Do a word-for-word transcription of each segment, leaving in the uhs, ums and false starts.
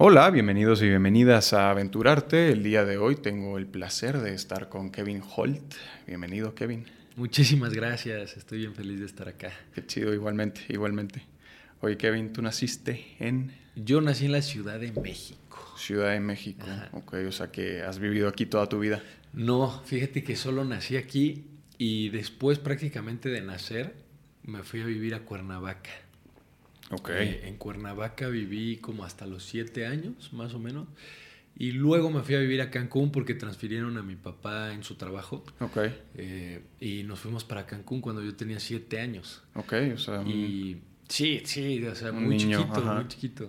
Hola, bienvenidos y bienvenidas a Aventurarte. El día de hoy tengo el placer de estar con Kevin Holt. Bienvenido, Kevin. Muchísimas gracias, estoy bien feliz de estar acá. Qué chido, igualmente, igualmente. Oye, Kevin, tú naciste en Yo nací en la Ciudad de México. Ciudad de México. Ajá. Ok, o sea que has vivido aquí toda tu vida. No, fíjate que solo nací aquí y después prácticamente de nacer me fui a vivir a Cuernavaca. Ok. Eh, en Cuernavaca viví como hasta los siete años, más o menos. Y luego me fui a vivir a Cancún porque transfirieron a mi papá en su trabajo. Ok, Eh, y nos fuimos para Cancún cuando yo tenía siete años. ok, o sea, un- Y sí, sí, o sea, Un muy niño, chiquito, ajá. muy chiquito.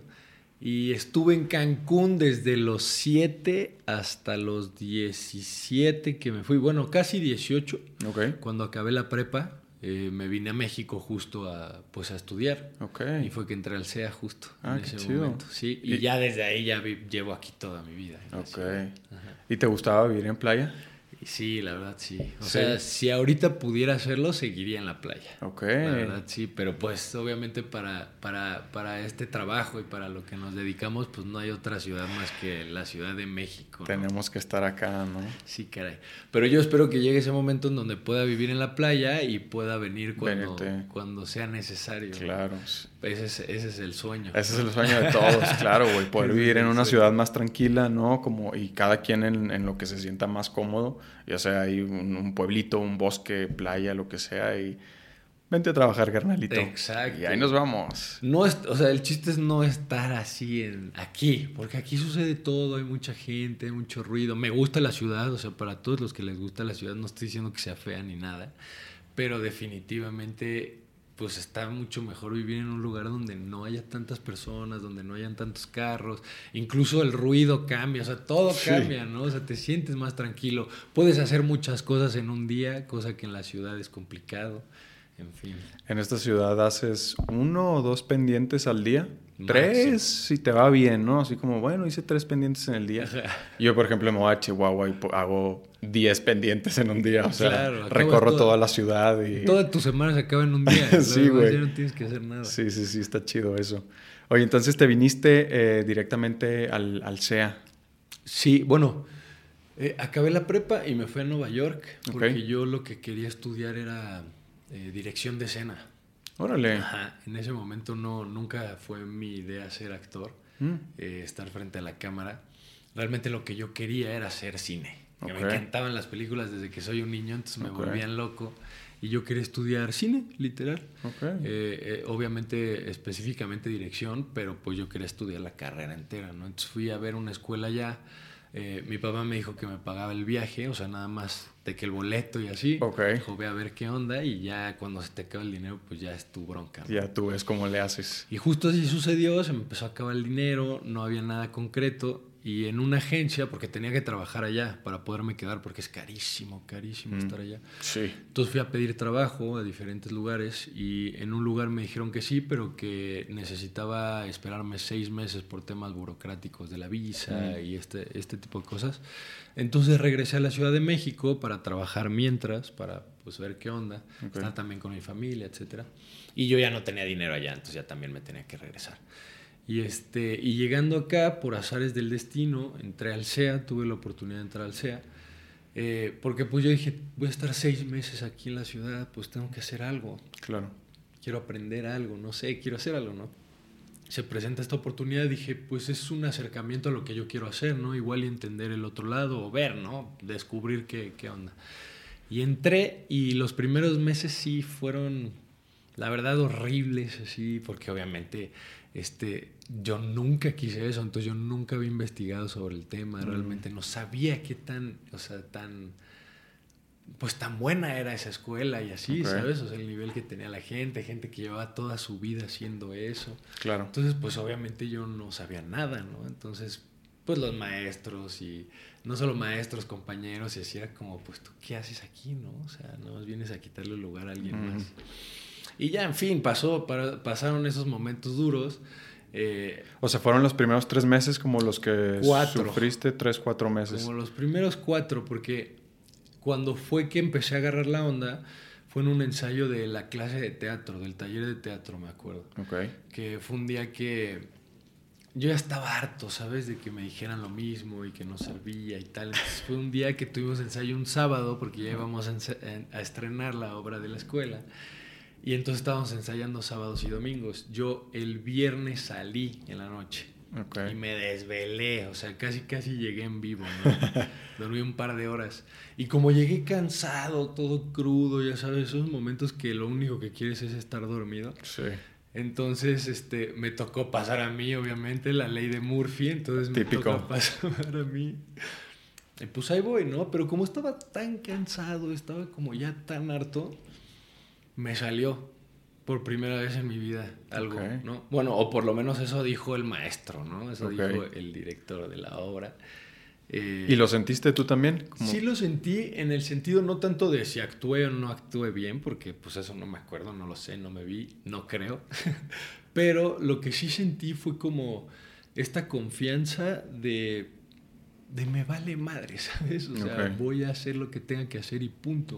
Y estuve en Cancún desde los siete hasta los diecisiete que me fui. Bueno, casi dieciocho. ok, Cuando acabé la prepa, eh, me vine a México justo a, pues, a estudiar. ok. Y fue que entré al C E A justo Ah, en qué ese chido. momento. Sí, y, Y- ya desde ahí ya vi- llevo aquí toda mi vida. en la Ok. ciudad. Ajá. ¿Y te gustaba vivir en playa? Y sí, la verdad sí. O Sí. sea, si ahorita pudiera hacerlo, seguiría en la playa. Ok. La verdad sí, pero pues obviamente para, para, para este trabajo y para lo que nos dedicamos, pues no hay otra ciudad más que la Ciudad de México, ¿no? Tenemos que estar acá, ¿no? Sí, caray. Pero yo espero que llegue ese momento en donde pueda vivir en la playa y pueda venir cuando, Venirte. cuando sea necesario. ¿no? Claro. Ese es, ese es el sueño. Ese es el sueño de todos, claro, güey. Poder Ese es vivir en el una sueño. ciudad más tranquila, ¿no? Como, y cada quien en, en lo que se sienta más cómodo. Ya sea ahí un, un pueblito, un bosque, playa, lo que sea. Y vente a trabajar, carnalito. Exacto. Y ahí nos vamos. No es, o sea, el chiste es no estar así en aquí, porque aquí sucede todo, hay mucha gente, hay mucho ruido. Me gusta la ciudad, o sea, para todos los que les gusta la ciudad, no estoy diciendo que sea fea ni nada, pero definitivamente pues está mucho mejor vivir en un lugar donde no haya tantas personas, donde no hayan tantos carros, incluso el ruido cambia, o sea, todo Sí. cambia, ¿no? O sea, te sientes más tranquilo, puedes hacer muchas cosas en un día, cosa que en la ciudad es complicado, en fin. En esta ciudad haces uno o dos pendientes al día. Máximo. Tres, si te va bien, ¿no? Así como, bueno, hice tres pendientes en el día. Yo, por ejemplo, me voy a Chihuahua y po- hago diez pendientes en un día. O sea, Claro, acabas recorro toda- toda la ciudad y... Toda tu semana se acaba en un día. Sí, Luego güey. ya no tienes que hacer nada. Sí, sí, sí, está chido eso. Oye, entonces te viniste eh, directamente al, al C E A. Sí, bueno, eh, acabé la prepa y me fui a Nueva York porque Ok. yo lo que quería estudiar era eh, dirección de escena. Órale. Ajá, en ese momento no, nunca fue mi idea ser actor, Mm, eh, estar frente a la cámara. Realmente lo que yo quería era hacer cine. Que Ok. Me encantaban las películas desde que soy un niño, entonces me Ok. volvían loco. Y yo quería estudiar cine, literal. ok. Eh, eh, obviamente, específicamente dirección, pero pues yo quería estudiar la carrera entera, ¿no? Entonces fui a ver una escuela allá. Eh, mi papá me dijo que me pagaba el viaje, o sea, nada más de que el boleto y así. Ok. Dijo, ve a ver qué onda y ya cuando se te acaba el dinero, pues ya es tu bronca, ¿no? Ya tú ves cómo le haces. Y justo así sucedió, se me empezó a acabar el dinero, no había nada concreto. Y en una agencia, porque tenía que trabajar allá para poderme quedar, porque es carísimo, carísimo Mm. estar allá. Sí. Entonces fui a pedir trabajo a diferentes lugares y en un lugar me dijeron que sí, pero que necesitaba esperarme seis meses por temas burocráticos de la visa Mm. y este, este tipo de cosas. Entonces regresé a la Ciudad de México para trabajar mientras, para pues ver qué onda, Ok. estar también con mi familia, etcétera. Y yo ya no tenía dinero allá, entonces ya también me tenía que regresar. Y, este, y llegando acá, por azares del destino, entré al C E A, tuve la oportunidad de entrar al C E A. Eh, porque pues yo dije, voy a estar seis meses aquí en la ciudad, pues tengo que hacer algo, Claro. quiero aprender algo, no sé, quiero hacer algo, ¿no? Se presenta esta oportunidad, dije, pues es un acercamiento a lo que yo quiero hacer, ¿no? Igual y entender el otro lado, o ver, ¿no? Descubrir qué, qué onda. Y entré y los primeros meses sí fueron, la verdad, horribles, así, porque obviamente este, yo nunca quise eso, entonces yo nunca había investigado sobre el tema, Mm. realmente no sabía qué tan, o sea, tan, pues tan buena era esa escuela y así, Ok. ¿sabes? O sea, el nivel que tenía la gente, gente que llevaba toda su vida haciendo eso. Claro. Entonces, pues obviamente yo no sabía nada, ¿no? Entonces, pues los maestros y no solo maestros, compañeros, y así era como, pues tú qué haces aquí, ¿no? O sea, no vienes a quitarle lugar a alguien Ujú. más. Y ya, en fin, pasó, para- pasaron esos momentos duros. Eh, O sea, fueron los primeros tres meses como los que Cuatro. sufriste, tres, cuatro meses. como los primeros cuatro, porque cuando fue que empecé a agarrar la onda, fue en un ensayo de la clase de teatro, del taller de teatro, me acuerdo. Ok. Que fue un día que yo ya estaba harto, ¿sabes? De que me dijeran lo mismo y que no servía y tal. Entonces fue un día que tuvimos ensayo un sábado porque ya íbamos a, ense- a estrenar la obra de la escuela. Y entonces estábamos ensayando sábados y domingos. Yo el viernes salí en la noche Okay. y me desvelé, o sea, casi casi llegué en vivo, ¿no? Dormí un par de horas. Y como llegué cansado, todo crudo, ya sabes, esos momentos que lo único que quieres es estar dormido. Sí. Entonces, este, me tocó pasar a mí, obviamente, la ley de Murphy, entonces me Típico. toca pasar a mí. Y pues ahí voy, ¿no? Pero como estaba tan cansado, estaba como ya tan harto, me salió por primera vez en mi vida algo, Okay. ¿no? Bueno, o por lo menos eso dijo el maestro, ¿no? Eso Ok. dijo el director de la obra. Eh, ¿Y lo sentiste tú también? Como... Sí lo sentí en el sentido no tanto de si actué o no actué bien, porque pues eso no me acuerdo, no lo sé, no me vi, no creo. Pero lo que sí sentí fue como esta confianza de, de me vale madre, ¿sabes? O sea, Ok. voy a hacer lo que tenga que hacer y punto.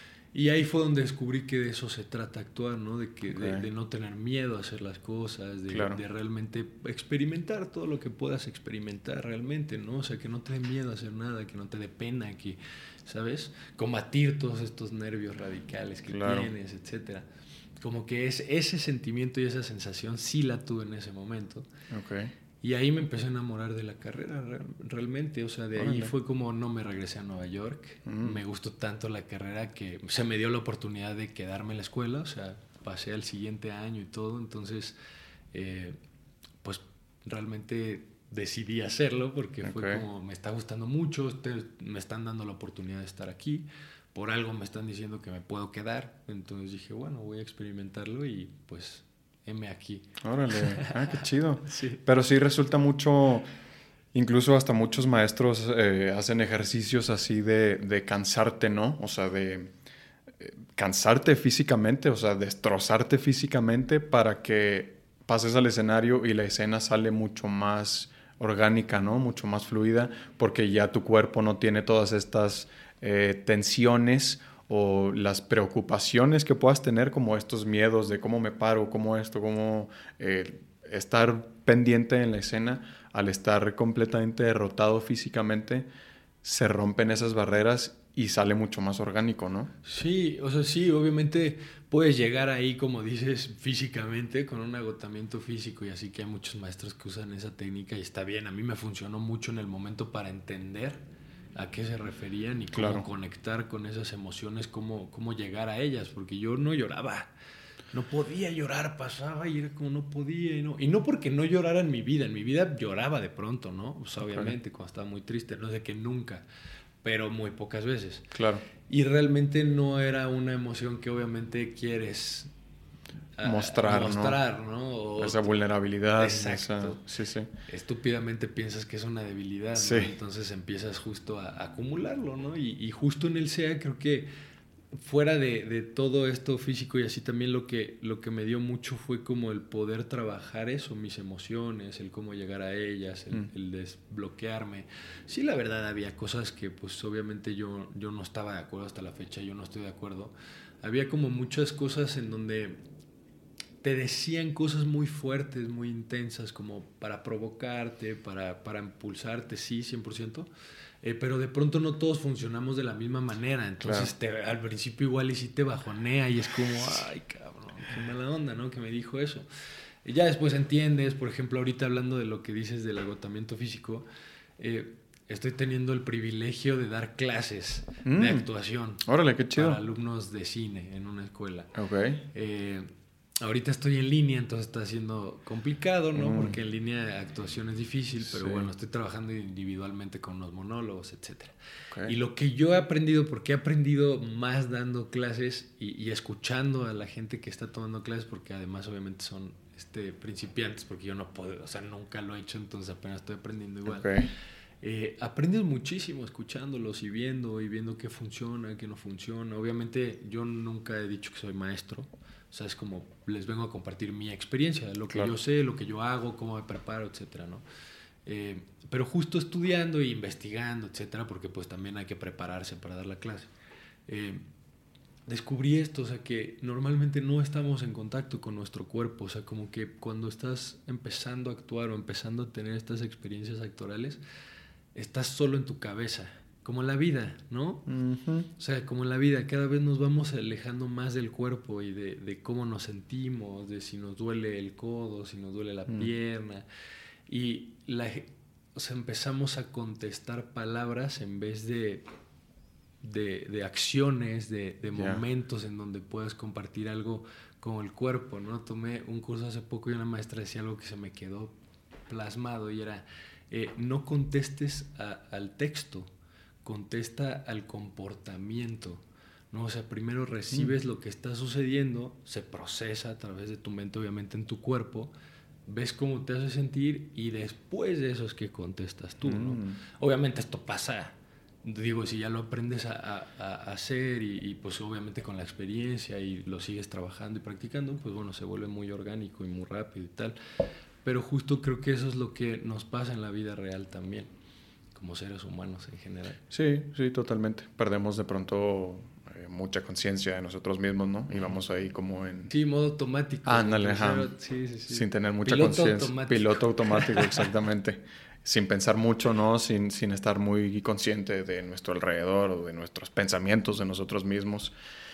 Y ahí fue donde descubrí que de eso se trata actuar, ¿no? De, que, Ok. de, de no tener miedo a hacer las cosas, de, Claro. de realmente experimentar todo lo que puedas experimentar realmente, ¿no? O sea, que no te dé miedo a hacer nada, que no te dé pena, que, ¿sabes? Combatir todos estos nervios radicales que Claro. tienes, etcétera. Como que es, ese sentimiento y esa sensación sí la tuve en ese momento. Ok. Y ahí me empecé a enamorar de la carrera real, realmente, o sea, de ahí Órale. fue como no me regresé a Nueva York, Mm. me gustó tanto la carrera que se me dio la oportunidad de quedarme en la escuela, o sea, pasé al siguiente año y todo, entonces, eh, pues realmente decidí hacerlo porque fue Ok. como me está gustando mucho, ustedes me están dando la oportunidad de estar aquí, por algo me están diciendo que me puedo quedar, entonces dije, bueno, voy a experimentarlo y pues heme aquí. Órale. Ah, qué chido. Sí. Pero sí resulta mucho, incluso hasta muchos maestros eh, hacen ejercicios así de, de cansarte, ¿no? O sea, de eh, cansarte físicamente, o sea, destrozarte físicamente para que pases al escenario y la escena sale mucho más orgánica, ¿no? Mucho más fluida, porque ya tu cuerpo no tiene todas estas eh, tensiones o las preocupaciones que puedas tener, como estos miedos de cómo me paro, cómo esto, cómo eh, estar pendiente en la escena. Al estar completamente derrotado físicamente, se rompen esas barreras y sale mucho más orgánico, ¿no? Sí, o sea, sí, obviamente puedes llegar ahí, como dices, físicamente, con un agotamiento físico y así que hay muchos maestros que usan esa técnica y está bien. A mí me funcionó mucho en el momento para entender a qué se referían y cómo Claro. conectar con esas emociones, cómo, cómo llegar a ellas, porque yo no lloraba. No podía llorar, pasaba y era como no podía y no. Y no porque no llorara en mi vida, en mi vida lloraba de pronto, ¿no? Pues Ok. obviamente cuando estaba muy triste, no sé que nunca, pero muy pocas veces. Claro. Y realmente no era una emoción que obviamente quieres ah, Mostrar, mostrar, ¿no? ¿no? O Esa t- vulnerabilidad, esa... exacto. Sí, sí. Estúpidamente piensas que es una debilidad, Sí. ¿no? Entonces empiezas justo a, a acumularlo, ¿no? Y, y justo en el S E A creo que fuera de, de todo esto físico y así también lo que, lo que me dio mucho fue como el poder trabajar eso, mis emociones, el cómo llegar a ellas, el, Mm. el desbloquearme. Sí, la verdad había cosas que pues obviamente yo, yo no estaba de acuerdo hasta la fecha, yo no estoy de acuerdo. Había como muchas cosas en donde te decían cosas muy fuertes, muy intensas, como para provocarte, para, para impulsarte, sí, cien por ciento. Eh, pero de pronto no todos funcionamos de la misma manera. Entonces Claro. te, al principio igual y sí te bajonea y es como, ay, cabrón, qué mala onda, ¿no? Que me dijo eso. Y ya después entiendes, por ejemplo, ahorita hablando de lo que dices del agotamiento físico, eh, estoy teniendo el privilegio de dar clases Mm. de actuación Órale, qué chido. para alumnos de cine en una escuela. Ok. Eh, ahorita estoy en línea, entonces está siendo complicado, ¿no? Mm. Porque en línea actuación es difícil, pero Sí. bueno, estoy trabajando individualmente con unos monólogos, etcétera. Ok. Y lo que yo he aprendido, porque he aprendido más dando clases y, y escuchando a la gente que está tomando clases, porque además obviamente son este, principiantes, porque yo no puedo, o sea, nunca lo he hecho, entonces apenas estoy aprendiendo igual. Ok. Eh, aprendes muchísimo escuchándolos y viendo y viendo qué funciona, qué no funciona. Obviamente yo nunca he dicho que soy maestro, o sea, es como les vengo a compartir mi experiencia, lo que Claro. yo sé, lo que yo hago, cómo me preparo, etcétera, ¿no? Eh, pero justo estudiando e investigando, etcétera, porque pues también hay que prepararse para dar la clase. Eh, descubrí esto, o sea, que normalmente no estamos en contacto con nuestro cuerpo, o sea, como que cuando estás empezando a actuar o empezando a tener estas experiencias actorales, estás solo en tu cabeza, como la vida, ¿no? Uh-huh. O sea, como en la vida, cada vez nos vamos alejando más del cuerpo y de, de cómo nos sentimos, de si nos duele el codo, si nos duele la Mm. pierna. Y la, o sea, empezamos a contestar palabras en vez de, de, de acciones, de, de Yeah. momentos en donde puedes compartir algo con el cuerpo, ¿no? Tomé un curso hace poco y una maestra decía algo que se me quedó plasmado y era, eh, no contestes a, al texto, contesta al comportamiento, ¿no? O sea, primero recibes mm. lo que está sucediendo, se procesa a través de tu mente, obviamente en tu cuerpo, ves cómo te hace sentir y después de eso es que contestas tú, ¿no? Mm. Obviamente esto pasa, digo, si ya lo aprendes a, a, a hacer y, y pues obviamente con la experiencia y lo sigues trabajando y practicando, pues bueno, se vuelve muy orgánico y muy rápido y tal. Pero justo creo que eso es lo que nos pasa en la vida real también, como seres humanos en general. Sí, sí, totalmente. Perdemos de pronto eh, mucha conciencia de nosotros mismos, ¿no? Y vamos ahí como en... Sí, modo automático. Ándale, ajá. Sí, sí, sí. Sin tener mucha conciencia. Piloto automático, exactamente. Sin pensar mucho, ¿no? Sin, sin estar muy consciente de nuestro alrededor o de nuestros pensamientos de nosotros mismos.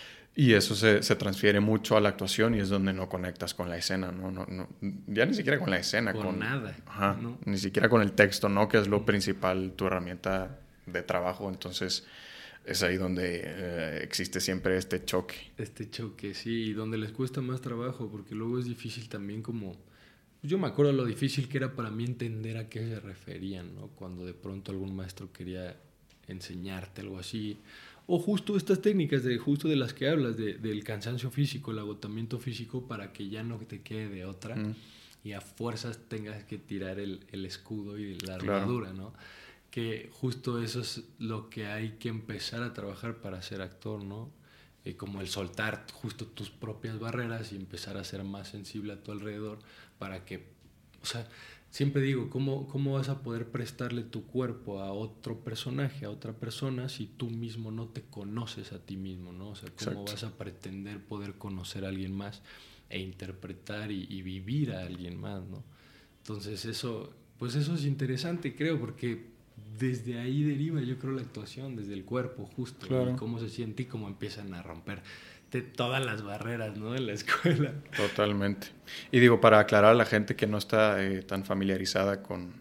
Y eso se, se transfiere mucho a la actuación y es donde no conectas con la escena, ¿no? No, no ya ni siquiera con la escena. Con, con nada. Ajá, ¿no? Ni siquiera con el texto, ¿no? Que es lo principal, tu herramienta de trabajo. Entonces, es ahí donde eh, existe siempre este choque. Este choque, sí. Y donde les cuesta más trabajo, porque luego es difícil también como... Yo me acuerdo lo difícil que era para mí entender a qué se referían, ¿no? Cuando de pronto algún maestro quería enseñarte algo así... O justo estas técnicas, de justo de las que hablas, de, del cansancio físico, el agotamiento físico, para que ya no te quede de otra mm. y a fuerzas tengas que tirar el, el escudo y la armadura, claro. ¿no? Que justo eso es lo que hay que empezar a trabajar para ser actor, ¿no? Eh, como el soltar justo tus propias barreras y empezar a ser más sensible a tu alrededor para que, o sea... Siempre digo, ¿cómo, ¿cómo vas a poder prestarle tu cuerpo a otro personaje, a otra persona, si tú mismo no te conoces a ti mismo, ¿no? O sea, ¿cómo Exacto. vas a pretender poder conocer a alguien más e interpretar y, y vivir a alguien más, ¿no? Entonces eso, pues eso es interesante, creo, porque desde ahí deriva, yo creo, la actuación, desde el cuerpo, justo, claro. y cómo se siente y cómo empiezan a romper todas las barreras, ¿no? En la escuela. Totalmente. Y digo, para aclarar a la gente que no está eh, tan familiarizada con,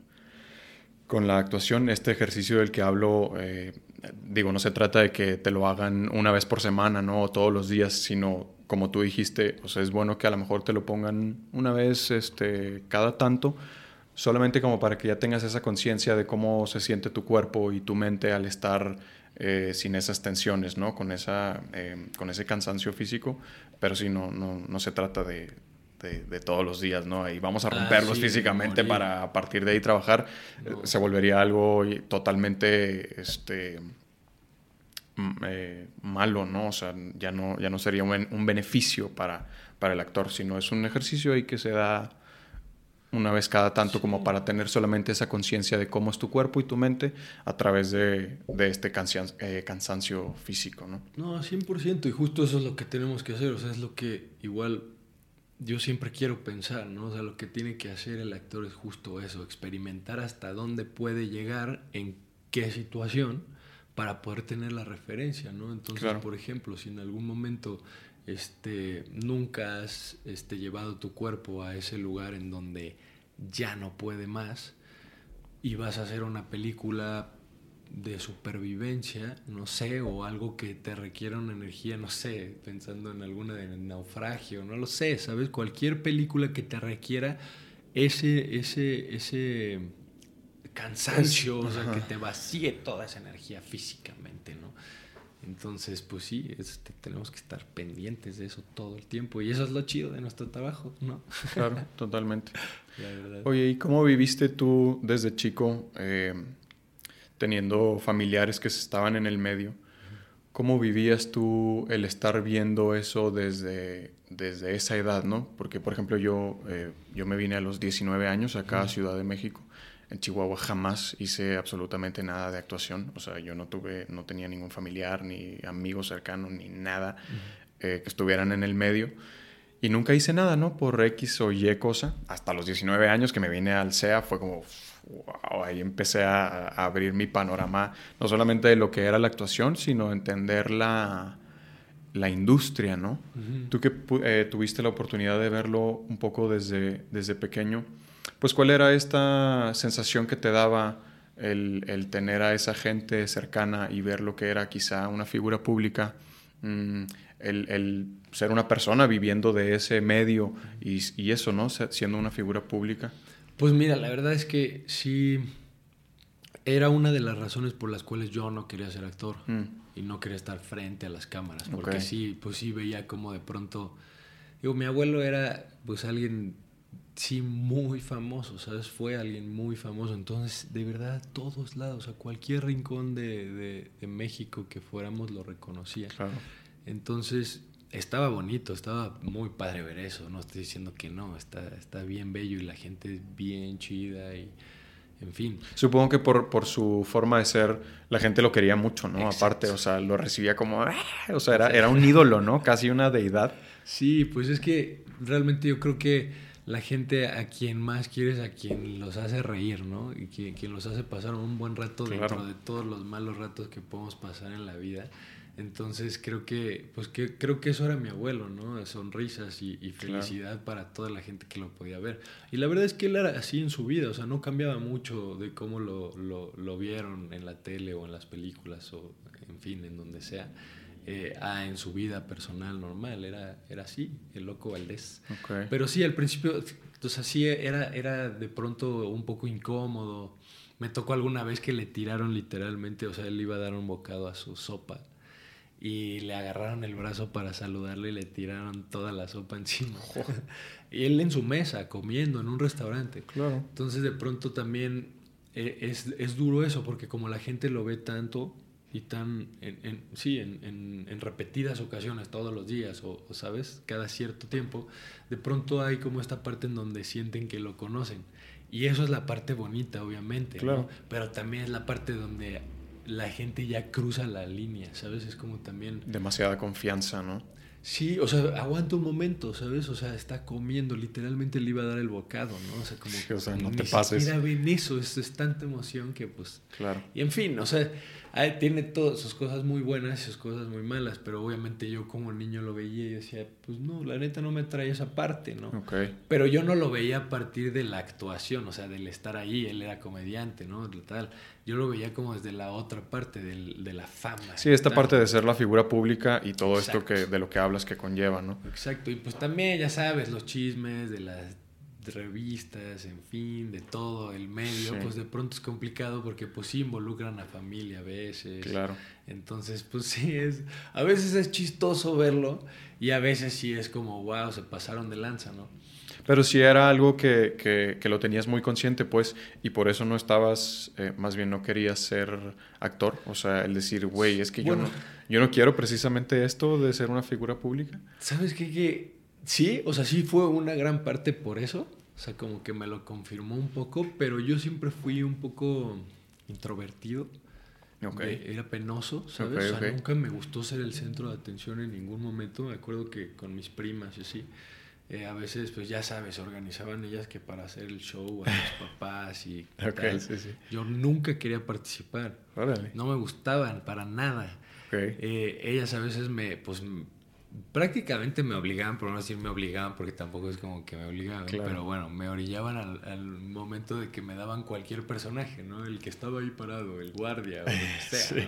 con la actuación, este ejercicio del que hablo, eh, digo, no se trata de que te lo hagan una vez por semana, ¿no? O todos los días, sino, como tú dijiste, o sea, es bueno que a lo mejor te lo pongan una vez este, cada tanto, solamente como para que ya tengas esa conciencia de cómo se siente tu cuerpo y tu mente al estar... Eh, sin esas tensiones, ¿no? Con, esa, eh, con ese cansancio físico, pero sí, no, no, no se trata de, de, de todos los días, ¿no? Y vamos a romperlos ah, sí, físicamente morir. Para a partir de ahí trabajar. No. Eh, se volvería algo totalmente este, eh, malo, ¿no? O sea, ya no, ya no sería un, un beneficio para, para el actor, sino es un ejercicio ahí que se da una vez cada tanto, sí. como para tener solamente esa conciencia de cómo es tu cuerpo y tu mente a través de, de este cansancio, eh, cansancio físico, ¿no? No, cien por ciento, y justo eso es lo que tenemos que hacer, o sea, es lo que igual yo siempre quiero pensar, ¿no? O sea, lo que tiene que hacer el actor es justo eso, experimentar hasta dónde puede llegar, en qué situación, para poder tener la referencia, ¿no? Entonces, claro. por ejemplo, si en algún momento... Este, nunca has este, llevado tu cuerpo a ese lugar en donde ya no puede más y vas a hacer una película de supervivencia, no sé, o algo que te requiera una energía, no sé, pensando en alguna de naufragio, no lo sé, ¿sabes? Cualquier película que te requiera ese, ese, ese cansancio, es, o sea, que te vacíe toda esa energía físicamente, ¿no? Entonces, pues sí, este, tenemos que estar pendientes de eso todo el tiempo. Y eso es lo chido de nuestro trabajo, ¿no? Claro, totalmente. La verdad. Oye, ¿y cómo viviste tú desde chico, eh, teniendo familiares que estaban en el medio? ¿Cómo vivías tú el estar viendo eso desde, desde esa edad, no? Porque, por ejemplo, yo, eh, yo me vine a los diecinueve años acá uh-huh. a Ciudad de México. en Chihuahua jamás hice absolutamente nada de actuación. O sea, yo no tuve, no tenía ningún familiar, ni amigo cercano, ni nada uh-huh. eh, que estuvieran en el medio. Y nunca hice nada, ¿no? Por X o Y cosa. Hasta los diecinueve años que me vine al C E A fue como... Wow, ahí empecé a, a abrir mi panorama, no solamente de lo que era la actuación, sino entender la, la industria, ¿no? Uh-huh. Tú que eh, tuviste la oportunidad de verlo un poco desde, desde pequeño, pues ¿cuál era esta sensación que te daba el, el tener a esa gente cercana y ver lo que era quizá una figura pública, mmm, el, el ser una persona viviendo de ese medio y, y eso, ¿no? Siendo una figura pública? Pues mira, la verdad es que sí era una de las razones por las cuales yo no quería ser actor mm. y no quería estar frente a las cámaras, porque okay. sí, pues sí veía como de pronto, digo, mi abuelo era pues alguien sí muy famoso, ¿sabes? Fue alguien muy famoso, entonces de verdad a todos lados, a cualquier rincón de, de, de México que fuéramos lo reconocía. Claro. Entonces estaba bonito, estaba muy padre ver eso, no estoy diciendo que no, está, está bien bello y la gente es bien chida y en fin. Supongo que por, por su forma de ser la gente lo quería mucho, ¿no? Exacto. Aparte, o sea, lo recibía como, ¡ah! O sea, era, era un ídolo, ¿no? Casi una deidad. Sí, pues es que realmente yo creo que la gente a quien más quiere es a quien los hace reír, ¿no? Y quien, quien los hace pasar un buen rato dentro claro. de todos los malos ratos que podemos pasar en la vida. Entonces creo que pues que creo que eso era mi abuelo, ¿no? Sonrisas y, y felicidad claro. para toda la gente que lo podía ver. Y la verdad es que él era así en su vida, o sea, no cambiaba mucho de cómo lo, lo, lo vieron en la tele o en las películas o en fin, en donde sea. Eh, ah, en su vida personal normal, era, era así, el Loco Valdés. Okay. Pero sí, al principio, pues así era, era de pronto un poco incómodo. Me tocó alguna vez que le tiraron literalmente, o sea, él iba a dar un bocado a su sopa y le agarraron el brazo para saludarle y le tiraron toda la sopa encima. Y él en su mesa, comiendo en un restaurante. Claro. Entonces de pronto también eh, es, es duro eso, porque como la gente lo ve tanto y tan, en, en, sí, en, en, en repetidas ocasiones, todos los días, o, o, ¿sabes? Cada cierto tiempo, de pronto hay como esta parte en donde sienten que lo conocen. Y eso es la parte bonita, obviamente, claro. ¿no? Pero también es la parte donde la gente ya cruza la línea, ¿sabes? Es como también... Demasiada confianza, ¿no? Sí, o sea, aguanta un momento, ¿sabes? O sea, está comiendo, literalmente le iba a dar el bocado, ¿no? O sea, como sí, o sea, que no ni te pases. siquiera ven eso, es, es tanta emoción que pues... Claro. Y en fin, o sea, hay, tiene todas sus cosas muy buenas y sus cosas muy malas, pero obviamente yo como niño lo veía y decía, pues no, la neta no me trae esa parte, ¿no? Okay. Pero yo no lo veía a partir de la actuación, o sea, del estar ahí, él era comediante, ¿no? Tal. Yo lo veía como desde la otra parte, del, de la fama. Sí, esta tal. parte de ser la figura pública y todo Exacto. esto que de lo que hablas que conlleva, ¿no? Exacto, y pues también, ya sabes, los chismes de las revistas, en fin, de todo el medio, sí. Pues de pronto es complicado porque pues sí involucran a familia a veces. Claro. Entonces, pues sí, es a veces es chistoso verlo y a veces sí es como, wow, se pasaron de lanza, ¿no? Pero sí era algo que, que, que lo tenías muy consciente, pues, y por eso no estabas, eh, más bien no querías ser actor. O sea, el decir, güey, es que bueno, yo, no, yo no quiero precisamente esto de ser una figura pública. ¿Sabes qué? Que sí, o sea, sí fue una gran parte por eso. O sea, como que me lo confirmó un poco, pero yo siempre fui un poco introvertido. Okay. De, era penoso, ¿sabes? Okay, o sea, okay. nunca me gustó ser el centro de atención en ningún momento. Me acuerdo que con mis primas y así, eh, a veces, pues ya sabes, organizaban ellas que para hacer el show a los papás y okay, tal. Sí, sí. Yo nunca quería participar. Órale. No me gustaban para nada. Okay. Eh, ellas a veces me, pues, prácticamente me obligaban, por no decir me obligaban, porque tampoco es como que me obligaban, claro. Pero bueno, me orillaban al, al momento de que me daban cualquier personaje, ¿no? El que estaba ahí parado, el guardia o lo que sea, sí. ¿No?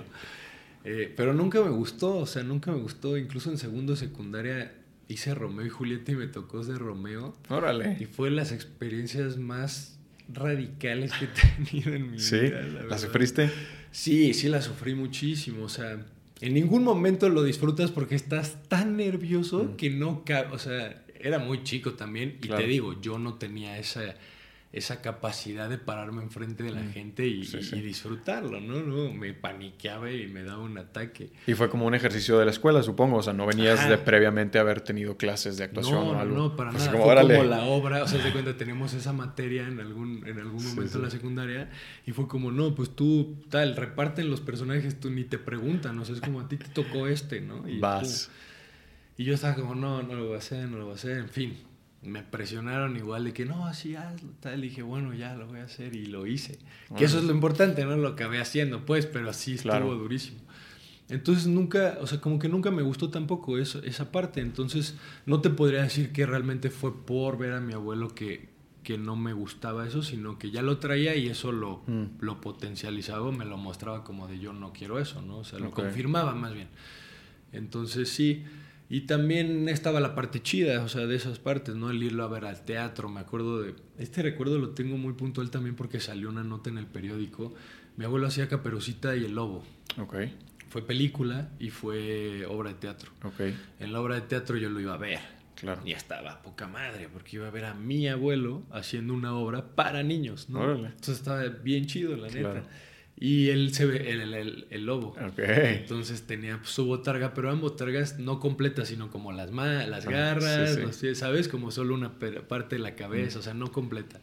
Eh, pero nunca me gustó, o sea, nunca me gustó. Incluso en segundo secundaria hice Romeo y Julieta y me tocó ser Romeo. Órale. Y fue las experiencias más radicales que he tenido en mi ¿Sí? vida. ¿Sí? ¿La sufriste? Sí, sí la sufrí muchísimo, o sea... En ningún momento lo disfrutas porque estás tan nervioso mm. que no cabe. O sea, era muy chico también. Y claro. Te digo, yo no tenía esa, esa capacidad de pararme enfrente de la gente y, sí, sí. y disfrutarlo, ¿no? ¿no? Me paniqueaba y me daba un ataque. Y fue como un ejercicio de la escuela, supongo. O sea, no venías Ajá. de previamente haber tenido clases de actuación no, o algo. No, no, para pues nada. Como, fue órale. como la obra. O sea, de cuenta, teníamos esa materia en algún, en algún momento sí, sí. en la secundaria y fue como, no, pues tú, tal, reparten los personajes, tú ni te preguntan. O sea, es como a ti te tocó este, ¿no? Y Vas. Tú, y yo estaba como, no, no lo voy a hacer, no lo voy a hacer, en fin. Me presionaron igual de que no, así hazlo, tal. Y dije, bueno, ya lo voy a hacer y lo hice. Bueno. Que eso es lo importante, ¿no? Lo acabé haciendo, pues, pero sí estuvo claro. durísimo. Entonces nunca, o sea, como que nunca me gustó tampoco eso, esa parte. Entonces no te podría decir que realmente fue por ver a mi abuelo que, que no me gustaba eso, sino que ya lo traía y eso lo, mm. lo potencializaba, me lo mostraba como de yo no quiero eso, ¿no? O sea, lo okay. confirmaba más bien. Entonces sí. Y también estaba la parte chida, o sea, de esas partes, ¿no? El irlo a ver al teatro, me acuerdo de... Este recuerdo lo tengo muy puntual también porque salió una nota en el periódico. Mi abuelo hacía Caperucita y el Lobo. Ok. Fue película y fue obra de teatro. Ok. En la obra de teatro yo lo iba a ver. Claro. Y estaba poca madre, porque iba a ver a mi abuelo haciendo una obra para niños, ¿no? Órale. Entonces estaba bien chido, la claro. neta. Y él se ve, el, el, el, el lobo. Okay. Entonces tenía su botarga, pero eran botargas no completas, sino como las, ma- las garras, ah, sí, sí. No sé, ¿sabes? Como solo una parte de la cabeza, mm. o sea, no completa.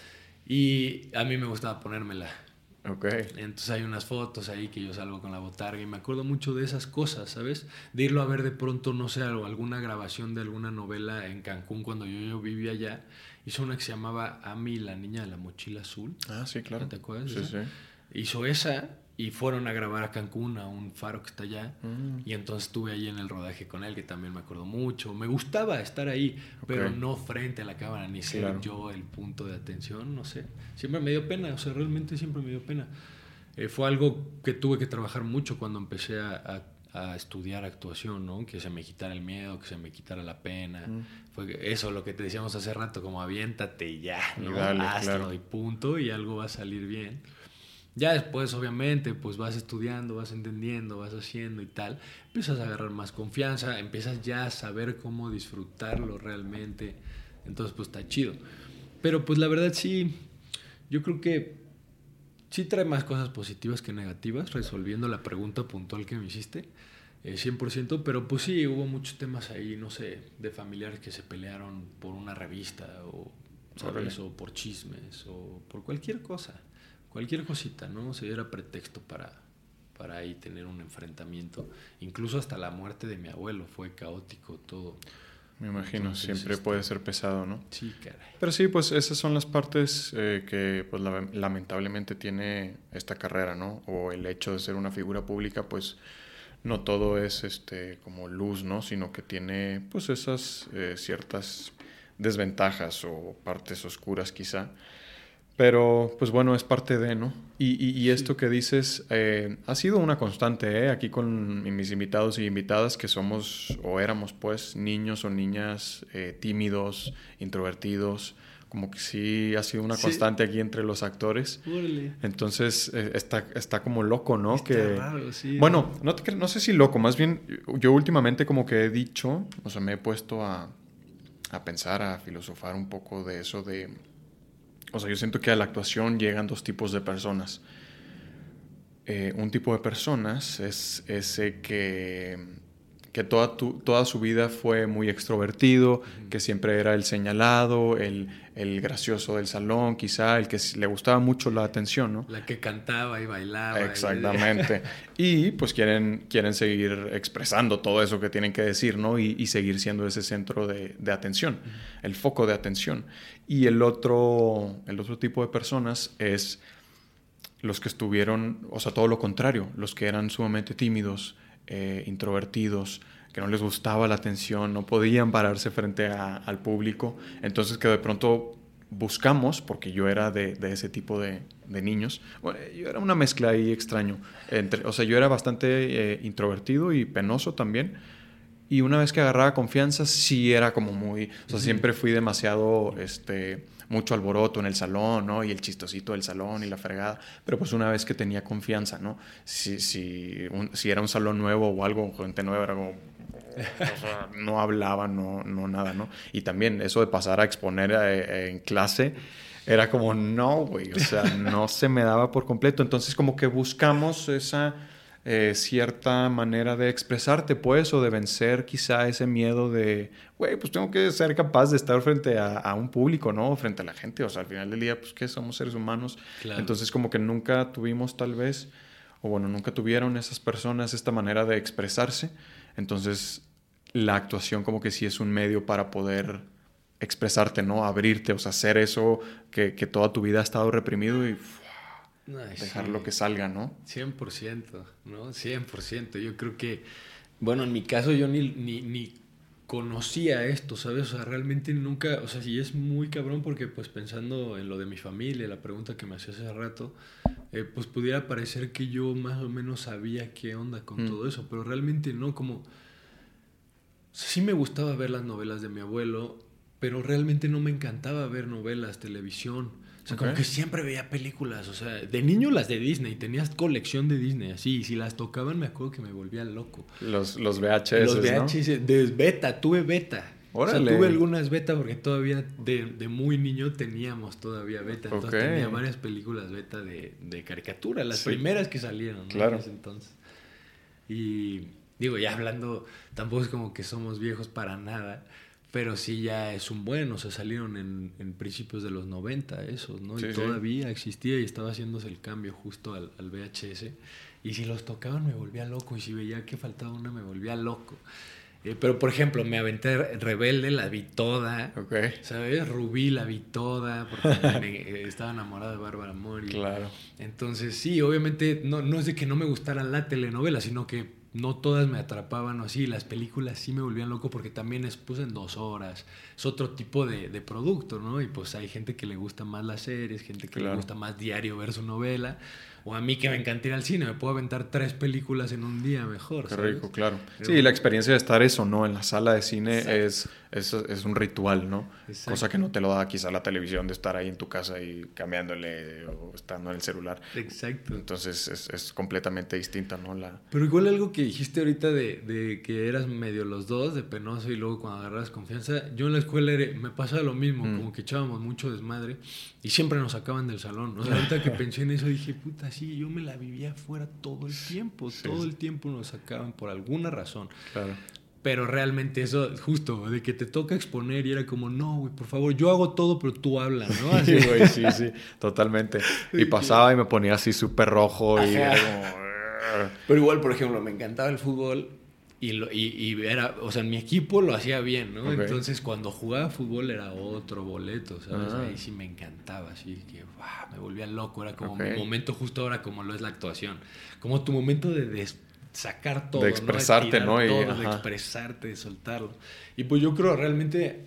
Y a mí me gustaba ponérmela. Okay. Entonces hay unas fotos ahí que yo salgo con la botarga y me acuerdo mucho de esas cosas, ¿sabes? De irlo a ver de pronto, no sé, alguna grabación de alguna novela en Cancún cuando yo, yo vivía allá. Hizo una que se llamaba Ami, la niña de la mochila azul. Ah, sí, claro. ¿Te acuerdas? Sí, sí. Hizo esa y fueron a grabar a Cancún, a un faro que está allá. Mm. Y entonces estuve ahí en el rodaje con él, que también me acuerdo mucho. Me gustaba estar ahí, okay. pero no frente a la cámara, ni ser claro. yo el punto de atención, no sé. Siempre me dio pena, o sea, realmente siempre me dio pena. Eh, fue algo que tuve que trabajar mucho cuando empecé a, a, a estudiar actuación, ¿no? Que se me quitara el miedo, que se me quitara la pena. Mm. Fue eso, lo que te decíamos hace rato, como aviéntate y ya, ¿no? Y dale, hazlo claro. y punto, y algo va a salir bien. Ya después, obviamente, pues vas estudiando, vas entendiendo, vas haciendo y tal. Empiezas a agarrar más confianza, empiezas ya a saber cómo disfrutarlo realmente. Entonces, pues está chido. Pero pues la verdad sí, yo creo que sí trae más cosas positivas que negativas, resolviendo la pregunta puntual que me hiciste, eh, cien por ciento. Pero pues sí, hubo muchos temas ahí, no sé, de familiares que se pelearon por una revista o, ¿sabes? O por chismes o por cualquier cosa. Cualquier cosita, ¿no? O sea, era pretexto para, para ahí tener un enfrentamiento. Incluso hasta la muerte de mi abuelo fue caótico todo. Me imagino, entonces, siempre este, puede ser pesado, ¿no? Sí, caray. Pero sí, pues esas son las partes eh, que pues la, lamentablemente tiene esta carrera, ¿no? O el hecho de ser una figura pública, pues no todo es este como luz, ¿no? Sino que tiene pues esas eh, ciertas desventajas o partes oscuras quizá. Pero, pues bueno, es parte de, ¿no? Y, y, y esto sí. que dices eh, ha sido una constante, ¿eh? Aquí con mis invitados y invitadas que somos, o éramos, pues, niños o niñas eh, tímidos, introvertidos. Como que sí ha sido una sí. constante aquí entre los actores. Órale. Entonces, eh, está, está como loco, ¿no? Está que, raro, sí. Bueno, no, te, no sé si loco, más bien yo últimamente como que he dicho, o sea, me he puesto a, a pensar, a filosofar un poco de eso de... O sea, yo siento que a la actuación llegan dos tipos de personas. Eh, un tipo de personas es ese que, que toda, tu, toda su vida fue muy extrovertido, uh-huh. que siempre era el señalado, el, el gracioso del salón, quizá, el que le gustaba mucho la atención, ¿no? La que cantaba y bailaba. Exactamente. Y pues quieren, quieren seguir expresando todo eso que tienen que decir, ¿no? Y, y seguir siendo ese centro de, de atención, uh-huh. el foco de atención. Y el otro, el otro tipo de personas es los que estuvieron, o sea, todo lo contrario, los que eran sumamente tímidos, eh, introvertidos, que no les gustaba la atención, no podían pararse frente a, al público. Entonces que de pronto buscamos, porque yo era de, de ese tipo de, de niños, bueno, yo era una mezcla ahí extraño. Entre, o sea, yo era bastante eh, introvertido y penoso también. Y una vez que agarraba confianza, sí era como muy... O sea, uh-huh. siempre fui demasiado... este mucho alboroto en el salón, ¿no? Y el chistosito del salón y la fregada. Pero pues una vez que tenía confianza, ¿no? Si, si, un, si era un salón nuevo o algo, gente nueva, era como... O sea, no hablaba, no, no nada, ¿no? Y también eso de pasar a exponer eh, en clase... era como, no, güey, o sea, no se me daba por completo. Entonces como que buscamos esa eh, cierta manera de expresarte, pues, o de vencer quizá ese miedo de, güey, pues tengo que ser capaz de estar frente a, a un público, ¿no? Frente a la gente, o sea, al final del día, pues, ¿qué? Somos seres humanos. Claro. Entonces como que nunca tuvimos tal vez, o bueno, nunca tuvieron esas personas esta manera de expresarse. Entonces la actuación como que sí es un medio para poder expresarte, ¿no? Abrirte, o sea, hacer eso que, que toda tu vida ha estado reprimido y uf, Ay, dejarlo sí. que salga, ¿no? cien por ciento, ¿no? cien por ciento. Yo creo que, bueno, en mi caso yo ni, ni, ni conocía esto, ¿sabes? O sea, realmente nunca, o sea, sí es muy cabrón porque pues pensando en lo de mi familia, la pregunta que me hacía hace rato, eh, pues pudiera parecer que yo más o menos sabía qué onda con Mm. todo eso, pero realmente no, como... Sí me gustaba ver las novelas de mi abuelo, pero realmente no me encantaba ver novelas, televisión. O sea, Ok. como que siempre veía películas. O sea, de niño las de Disney. Tenías colección de Disney, así. Y si las tocaban, me acuerdo que me volvía loco. Los, los V H S, Los V ¿no? H S, de beta, tuve beta. O sea, Órale. tuve algunas beta porque todavía de, de muy niño teníamos todavía beta. Entonces Ok. tenía varias películas beta de, de caricatura, las Sí. primeras que salieron, ¿no? Claro. En ese entonces. Y digo, ya hablando, tampoco es como que somos viejos para nada, pero sí ya es un buen, o sea, salieron en, en principios de los noventa esos, ¿no? Sí, y sí. todavía existía y estaba haciéndose el cambio justo al, al V H S. Y si los tocaban me volvía loco, y si veía que faltaba una me volvía loco. Eh, pero, por ejemplo, me aventé Rebelde, la vi toda, Ok. ¿sabes? Rubí la vi toda, porque me, estaba enamorada de Bárbara Mori. Claro. Entonces, sí, obviamente, no, no es de que no me gustara la telenovela, sino que no todas me atrapaban o así. Las películas sí me volvían loco porque también es pues en dos horas. Es otro tipo de, de producto, ¿no? Y pues hay gente que le gusta más las series, gente que Claro. le gusta más diario ver su novela. O a mí que me encanta ir al cine, me puedo aventar tres películas en un día mejor, Qué ¿sabes? rico, claro. Pero- Sí, la experiencia de estar eso, ¿no? En la sala de cine Exacto. es, es, es un ritual, ¿no? Exacto. Cosa que no te lo da quizá la televisión, de estar ahí en tu casa y cambiándole o estando en el celular. Exacto. Entonces es, es completamente distinta, ¿no? La... Pero igual algo que dijiste ahorita de, de que eras medio los dos, de penoso y luego cuando agarras confianza, yo en la escuela era- me pasaba lo mismo, Mm. como que echábamos mucho desmadre y siempre nos sacaban del salón. O sea, ahorita que pensé en eso dije, puta, sí, yo me la vivía afuera todo el tiempo, Sí, todo sí. el tiempo nos sacaban por alguna razón. Claro. Pero realmente eso, justo, de que te toca exponer y era como, no, güey, por favor, yo hago todo, pero tú habla, ¿no? Así, Sí, güey, sí, sí, totalmente. Y pasaba y me ponía así súper rojo y Ajá. era como... Pero igual, por ejemplo, me encantaba el fútbol y, lo, y, y era, o sea, en mi equipo lo hacía bien, ¿no? Ok. Entonces, cuando jugaba fútbol era otro boleto, ¿sabes? Ah. Ahí sí me encantaba, así que ¡buah! Me volvía loco, era como Ok. mi momento justo ahora como lo es la actuación, como tu momento de, des- sacar todo, De expresarte, ¿no? ¿no? De, Y, tirar todo, de ajá. expresarte, de soltarlo. Y pues yo creo realmente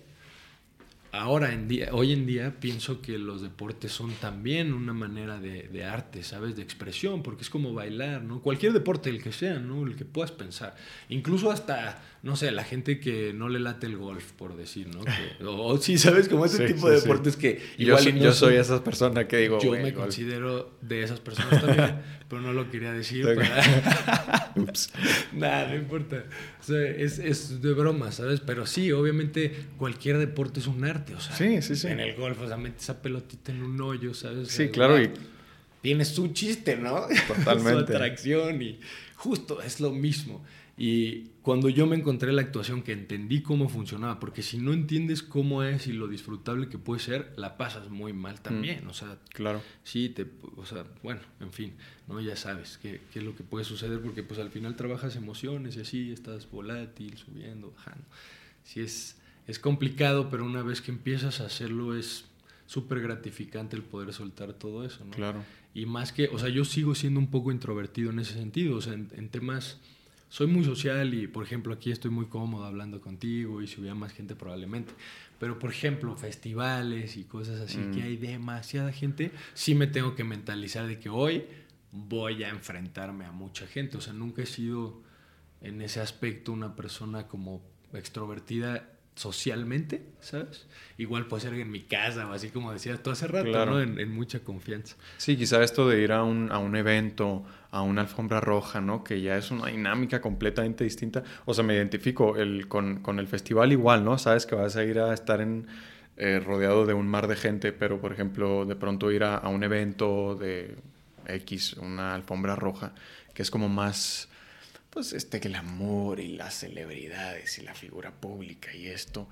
ahora en día, hoy en día pienso que los deportes son también una manera de, de arte, ¿sabes? De expresión, porque es como bailar, ¿no? Cualquier deporte, el que sea, ¿no? El que puedas pensar. Incluso hasta, no sé, la gente que no le late el golf, por decir, ¿no? Que, o, o sí, ¿sabes? Como ese Sí, tipo sí, de sí. deportes que Yo, igual soy, y no yo son- soy esa persona que digo... Yo güey, me golf. considero de esas personas también, pero no lo quería decir Ok. para... Ups. Nada, no importa. O sea, es, es de broma, ¿sabes? Pero sí, obviamente cualquier deporte es un arte, o sea. Sí, sí, sí. En el golf, o sea, metes esa pelotita en un hoyo, ¿sabes? O Sí, sea, claro, wow, y tiene su chiste, ¿no? Totalmente. Su atracción y justo es lo mismo. Y cuando yo me encontré la actuación, que entendí cómo funcionaba, porque si no entiendes cómo es y lo disfrutable que puede ser, la pasas muy mal también, o sea, claro. sí, te, o sea, bueno, en fin, ¿no? Ya sabes qué, qué es lo que puede suceder, porque pues al final trabajas emociones y así, estás volátil, subiendo, bajando. Sí, es, es complicado, pero una vez que empiezas a hacerlo es súper gratificante el poder soltar todo eso, ¿no? Claro. Y más que, o sea, yo sigo siendo un poco introvertido en ese sentido, o sea, en, en temas... Soy muy social y, por ejemplo, aquí estoy muy cómodo hablando contigo y si hubiera más gente probablemente. Pero, por ejemplo, festivales y cosas así Mm. que hay demasiada gente, sí me tengo que mentalizar de que hoy voy a enfrentarme a mucha gente. O sea, nunca he sido en ese aspecto una persona como extrovertida socialmente, ¿sabes? Igual puede ser en mi casa o así como decías tú hace rato, Claro. ¿no? En, en mucha confianza. Sí, quizá esto de ir a un, a un evento, a una alfombra roja, ¿no? Que ya es una dinámica completamente distinta. O sea, me identifico el, con, con el festival igual, ¿no? Sabes que vas a ir a estar en, eh, rodeado de un mar de gente, pero por ejemplo, de pronto ir a, a un evento de X, una alfombra roja, que es como más, pues este glamour y las celebridades y la figura pública y esto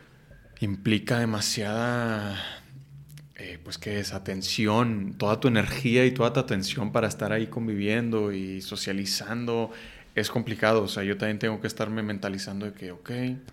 implica demasiada, eh, pues que es atención, toda tu energía y toda tu atención para estar ahí conviviendo y socializando. Es complicado, o sea, yo también tengo que estarme mentalizando de que, ok,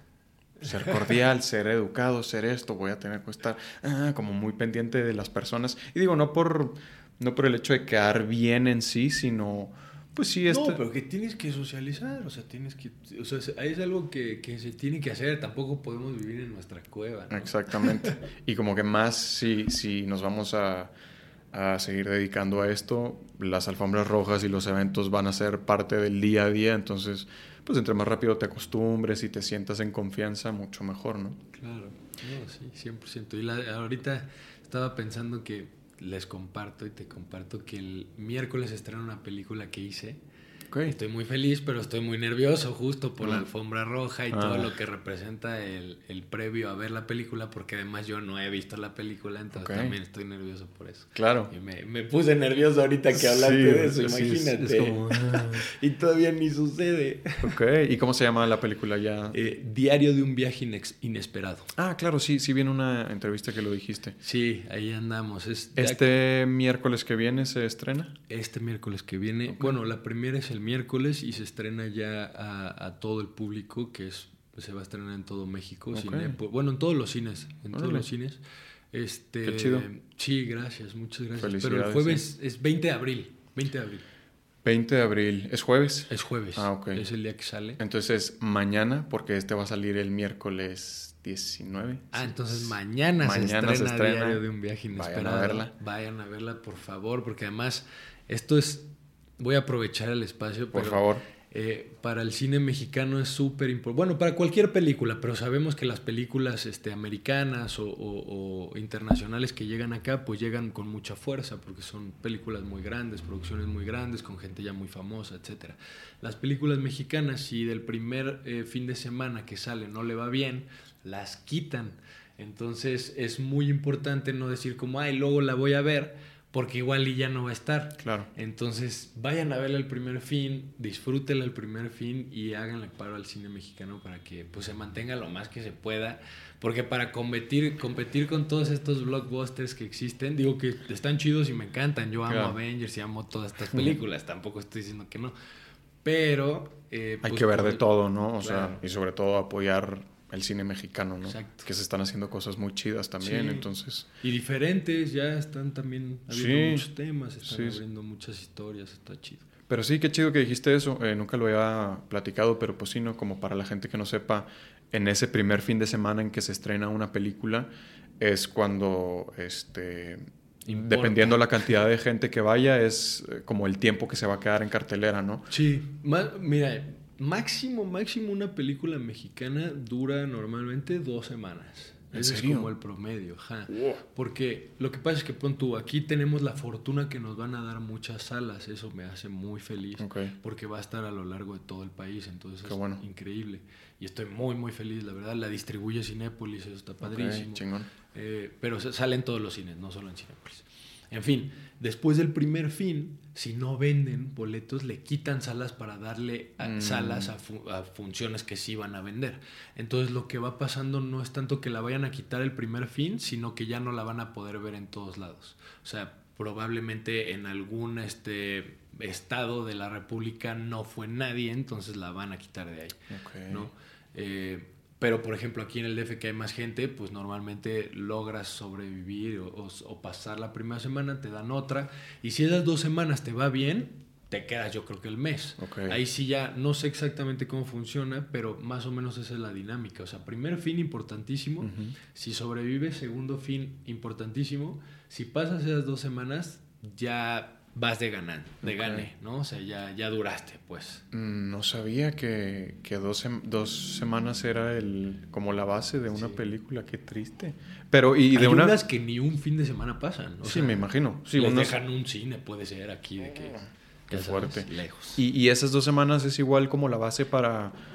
ser cordial, ser educado, ser esto, voy a tener que estar ah, como muy pendiente de las personas. Y digo, no por, no por el hecho de quedar bien en sí, sino, pues sí, este... No, pero que tienes que socializar, o sea, tienes que, o sea, es algo que, que se tiene que hacer, tampoco podemos vivir en nuestra cueva, ¿no? Exactamente. Y como que más si, si nos vamos a, a seguir dedicando a esto, las alfombras rojas y los eventos van a ser parte del día a día, entonces, pues entre más rápido te acostumbres y te sientas en confianza, mucho mejor, ¿no? Claro, no, sí, cien por ciento. Y la, ahorita estaba pensando que les comparto y te comparto que el miércoles estrena una película que hice. Okay. Estoy muy feliz, pero estoy muy nervioso justo por mm. la alfombra roja y ah. todo lo que representa el, el previo a ver la película, porque además yo no he visto la película, entonces okay. también estoy nervioso por eso. Claro. Y me, me puse nervioso ahorita que hablaste sí, de eso, sí, imagínate. Es, es como... y todavía ni sucede. Ok, ¿y cómo se llama la película ya? Eh, Diario de un viaje inex- inesperado. Ah, claro, sí, sí vi en una entrevista que lo dijiste. Sí, ahí andamos. Es ¿Este ya... miércoles que viene se estrena? Este miércoles que viene. Okay. Bueno, la primera es el miércoles y se estrena ya a, a todo el público, que es se va a estrenar en todo México. Okay. Cinépolis, bueno, en todos los cines, en Órale. todos los cines. Este, Qué chido. Sí, gracias, muchas gracias. Pero el jueves sí. es veinte de abril, veinte de abril. veinte de abril, ¿es jueves? Es jueves, ah, ok. Es el día que sale. Entonces mañana, porque este va a salir el miércoles diecinueve. Ah, entonces mañana, mañana se, estrena se estrena Diario de un viaje inesperado. Vayan a verla. Vayan a verla, por favor, porque además esto es... Voy a aprovechar el espacio. Por pero, favor. Eh, para el cine mexicano es súper importante. Bueno, para cualquier película, pero sabemos que las películas este, americanas o, o, o internacionales que llegan acá, pues llegan con mucha fuerza, porque son películas muy grandes, producciones muy grandes, con gente ya muy famosa, etcétera. Las películas mexicanas, si del primer eh, fin de semana que sale no le va bien, las quitan. Entonces es muy importante no decir como, ay, luego la voy a ver, porque igual y ya no va a estar. Claro. Entonces, vayan a verla el primer fin, disfrútenla el primer fin y háganle paro al cine mexicano para que pues, se mantenga lo más que se pueda. Porque para competir, competir con todos estos blockbusters que existen, digo que están chidos y me encantan. Yo amo claro. Avengers y amo todas estas películas. Tampoco estoy diciendo que no. Pero... Eh, Hay pues, que ver por... de todo, ¿no? O claro. sea, y sobre todo apoyar... el cine mexicano, ¿no? Exacto. Que se están haciendo cosas muy chidas también, sí. entonces... Y diferentes, ya están también abriendo sí. muchos temas, están sí. abriendo muchas historias, está chido. Pero sí, qué chido que dijiste eso, eh, nunca lo había platicado, pero pues sí, ¿no? Como para la gente que no sepa, en ese primer fin de semana en que se estrena una película, es cuando, este... Importa. Dependiendo la cantidad de gente que vaya, es como el tiempo que se va a quedar en cartelera, ¿no? Sí, Ma- mira... Máximo, máximo una película mexicana dura normalmente dos semanas. ¿En Ese serio? es como el promedio, ajá. Wow. Porque lo que pasa es que, pon tú, aquí tenemos la fortuna que nos van a dar muchas salas. Eso me hace muy feliz. Okay. Porque va a estar a lo largo de todo el país. Entonces Qué es bueno. increíble. Y estoy muy, muy feliz, la verdad. La distribuye Cinépolis, eso está padrísimo. Okay, chingón. Eh, pero salen todos los cines, no solo en Cinépolis. En fin, después del primer fin, si no venden boletos, le quitan salas para darle a, mm. salas a, fu- a funciones que sí van a vender. Entonces lo que va pasando no es tanto que la vayan a quitar el primer fin, sino que ya no la van a poder ver en todos lados. O sea, probablemente en algún este, estado de la República no fue nadie, entonces la van a quitar de ahí. Okay. ¿No? Eh, Pero, por ejemplo, aquí en el D F que hay más gente, pues normalmente logras sobrevivir o, o, o pasar la primera semana, te dan otra. Y si esas dos semanas te va bien, te quedas yo creo que el mes. Okay. Ahí sí ya no sé exactamente cómo funciona, pero más o menos esa es la dinámica. O sea, primer fin importantísimo. Uh-huh. Si sobrevives, segundo fin importantísimo. Si pasas esas dos semanas, ya... vas de ganar, de okay. gane, ¿no? O sea, ya, ya duraste, pues. No sabía que, que dos, sem- dos semanas era el como la base de una sí. película, qué triste. Pero y Hay de una... unas que ni un fin de semana pasan. O sí, sea, me imagino. Sí, les unos... dejan un cine, puede ser aquí de que... Qué fuerte. Lejos. Y, y esas dos semanas es igual como la base para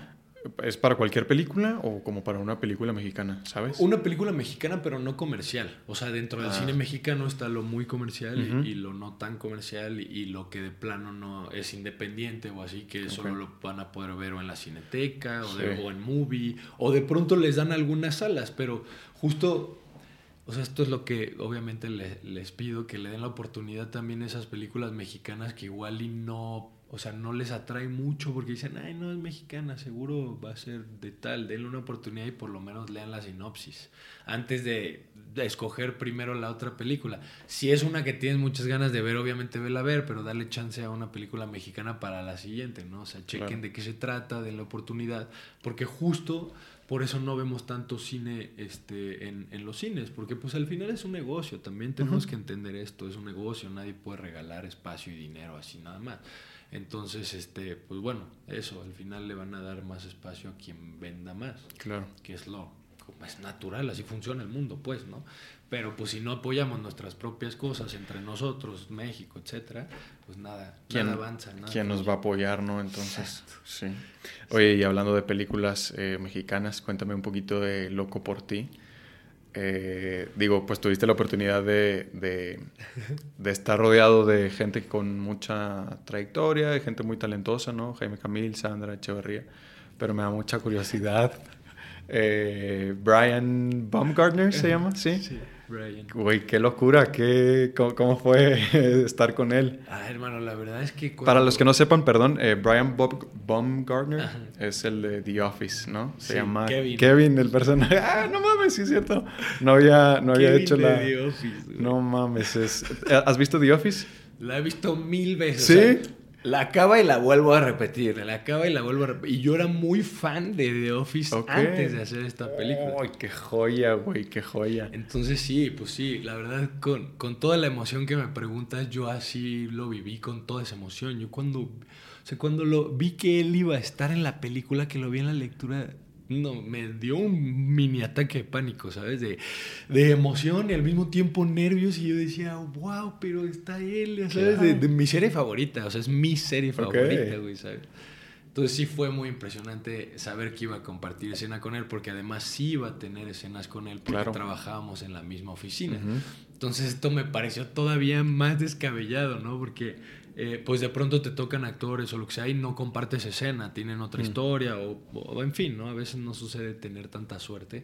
¿Es para cualquier película o como para una película mexicana, sabes? Una película mexicana, pero no comercial. O sea, dentro del Ah. cine mexicano está lo muy comercial Ujú. y, y lo no tan comercial y, y lo que de plano no es independiente o así, que Ok. solo lo van a poder ver o en la Cineteca o, de- Sí. o en Movie, o de pronto les dan algunas salas, pero justo... O sea, esto es lo que obviamente le- les pido, que le den la oportunidad también a esas películas mexicanas que igual y no, o sea, no les atrae mucho porque dicen, ay, no es mexicana, seguro va a ser de tal, denle una oportunidad y por lo menos lean la sinopsis antes de, de escoger primero la otra película. Si es una que tienes muchas ganas de ver, obviamente vela a ver, pero dale chance a una película mexicana para la siguiente, ¿no? O sea, chequen Claro. de qué se trata, den la oportunidad, porque justo... Por eso no vemos tanto cine este, en, en los cines, porque pues al final es un negocio, también tenemos Ujú. que entender esto, es un negocio, nadie puede regalar espacio y dinero así nada más. Entonces, este, pues bueno, eso, al final le van a dar más espacio a quien venda más, Claro. que es lo como es natural, así funciona el mundo, pues, ¿no? Pero pues si no apoyamos nuestras propias cosas entre nosotros, México, etcétera, pues nada, ¿Quién, nada avanza, nada quién nos fluye. va a apoyar, no? Entonces, sí. Oye, y hablando de películas eh, mexicanas, cuéntame un poquito de Loco por ti. Eh, digo, pues tuviste la oportunidad de, de, de estar rodeado de gente con mucha trayectoria, de gente muy talentosa, ¿no? Jaime Camil, Sandra Echeverría. Pero me da mucha curiosidad. Eh, Brian Baumgartner se llama, ¿sí? Sí, Brian. Güey, qué locura, qué, cómo, cómo fue estar con él. Ah, hermano, la verdad es que Para cuando... los que no sepan, perdón, eh, Brian Bob Baumgartner Ajá. es el de The Office, ¿no? Se Sí, llama Kevin. Kevin, el personaje. Ah, no mames, sí es cierto. No había, no había Kevin hecho de la... The Office, güey. No mames, es... ¿Has visto The Office? La he visto mil veces. ¿Sí? O sea, la acaba y la vuelvo a repetir. La acaba y la vuelvo a repetir. Y yo era muy fan de The Office Ok. antes de hacer esta película. ¡Ay, qué joya, güey, qué joya! Entonces sí, pues sí, la verdad con, con toda la emoción que me preguntas, yo así lo viví con toda esa emoción. Yo cuando, o sea, cuando lo vi que él iba a estar en la película, que lo vi en la lectura, no, me dio un mini ataque de pánico, ¿sabes? De, de emoción y al mismo tiempo nervios y yo decía, wow, pero está él, ¿sabes? De, de mi serie favorita, o sea, es mi serie Ok. favorita, güey, ¿sabes? Entonces sí fue muy impresionante saber que iba a compartir escena con él, porque además sí iba a tener escenas con él, porque Claro. trabajábamos en la misma oficina. Ujú. Entonces esto me pareció todavía más descabellado, ¿no? Porque eh, pues de pronto te tocan actores o lo que sea y no compartes escena, tienen otra Mm. historia o, o en fin, ¿no? A veces no sucede tener tanta suerte.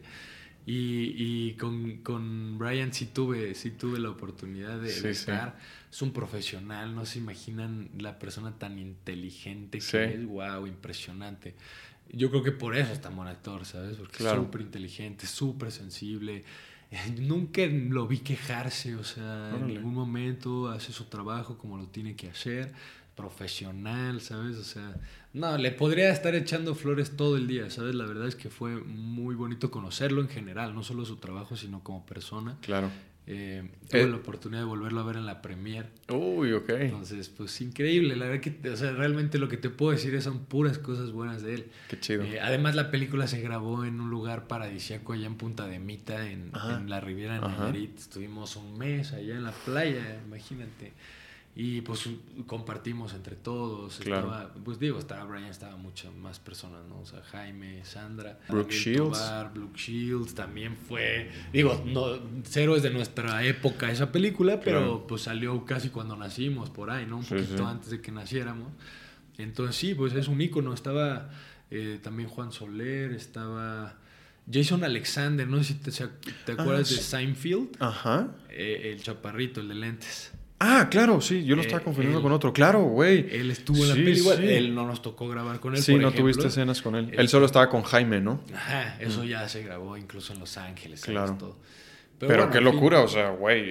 Y, y con, con Brian sí tuve, sí tuve la oportunidad de, Sí, de sí. estar. Es un profesional, no se imaginan la persona tan inteligente que Sí. es. Wow, impresionante. Yo creo que por eso es tan buen actor, ¿sabes? Porque Claro. es súper inteligente, súper sensible. Nunca lo vi quejarse, o sea, en Órale. ningún momento hace su trabajo como lo tiene que hacer, profesional, ¿sabes? O sea, no, le podría estar echando flores todo el día, ¿sabes? La verdad es que fue muy bonito conocerlo en general, no solo su trabajo, sino como persona. Claro. Eh, tuve Eh. la oportunidad de volverlo a ver en la premiere. Uy, ok. Entonces, pues increíble, la verdad que, o sea, realmente lo que te puedo decir es son puras cosas buenas de él. Qué chido. Eh, además, la película se grabó en un lugar paradisíaco allá en Punta de Mita, en, Ajá. en la Riviera de Ajá. Nayarit. Estuvimos un mes allá en la playa, imagínate. Y pues compartimos entre todos. Claro. Estaba, pues digo, estaba Brian, estaba muchas más personas, ¿no? O sea, Jaime, Sandra, Brooke Gabriel Shields. Tobar, Brooke Shields también fue. Digo, no, cero es de nuestra época esa película, pero Claro. pues salió casi cuando nacimos, por ahí, ¿no? Un Sí, poquito sí. antes de que naciéramos. Entonces sí, pues es un ícono. Estaba eh, también Juan Soler, estaba Jason Alexander, no sé si te, te acuerdas Ah, de sí. Seinfeld, Ajá. eh, el chaparrito, el de lentes. Ah, claro, sí, yo lo Eh, estaba confundiendo él- con otro. Claro, güey. Él estuvo en la Sí, peli igual. sí. Él no nos tocó grabar con él, Sí, por no ejemplo. tuviste escenas con él. Él- Él solo estaba con Jaime, ¿no? Ajá, eso ya se grabó incluso en Los Ángeles, ¿sabes? Claro. Todo. Pero, bueno, qué en fin. locura, o sea, güey,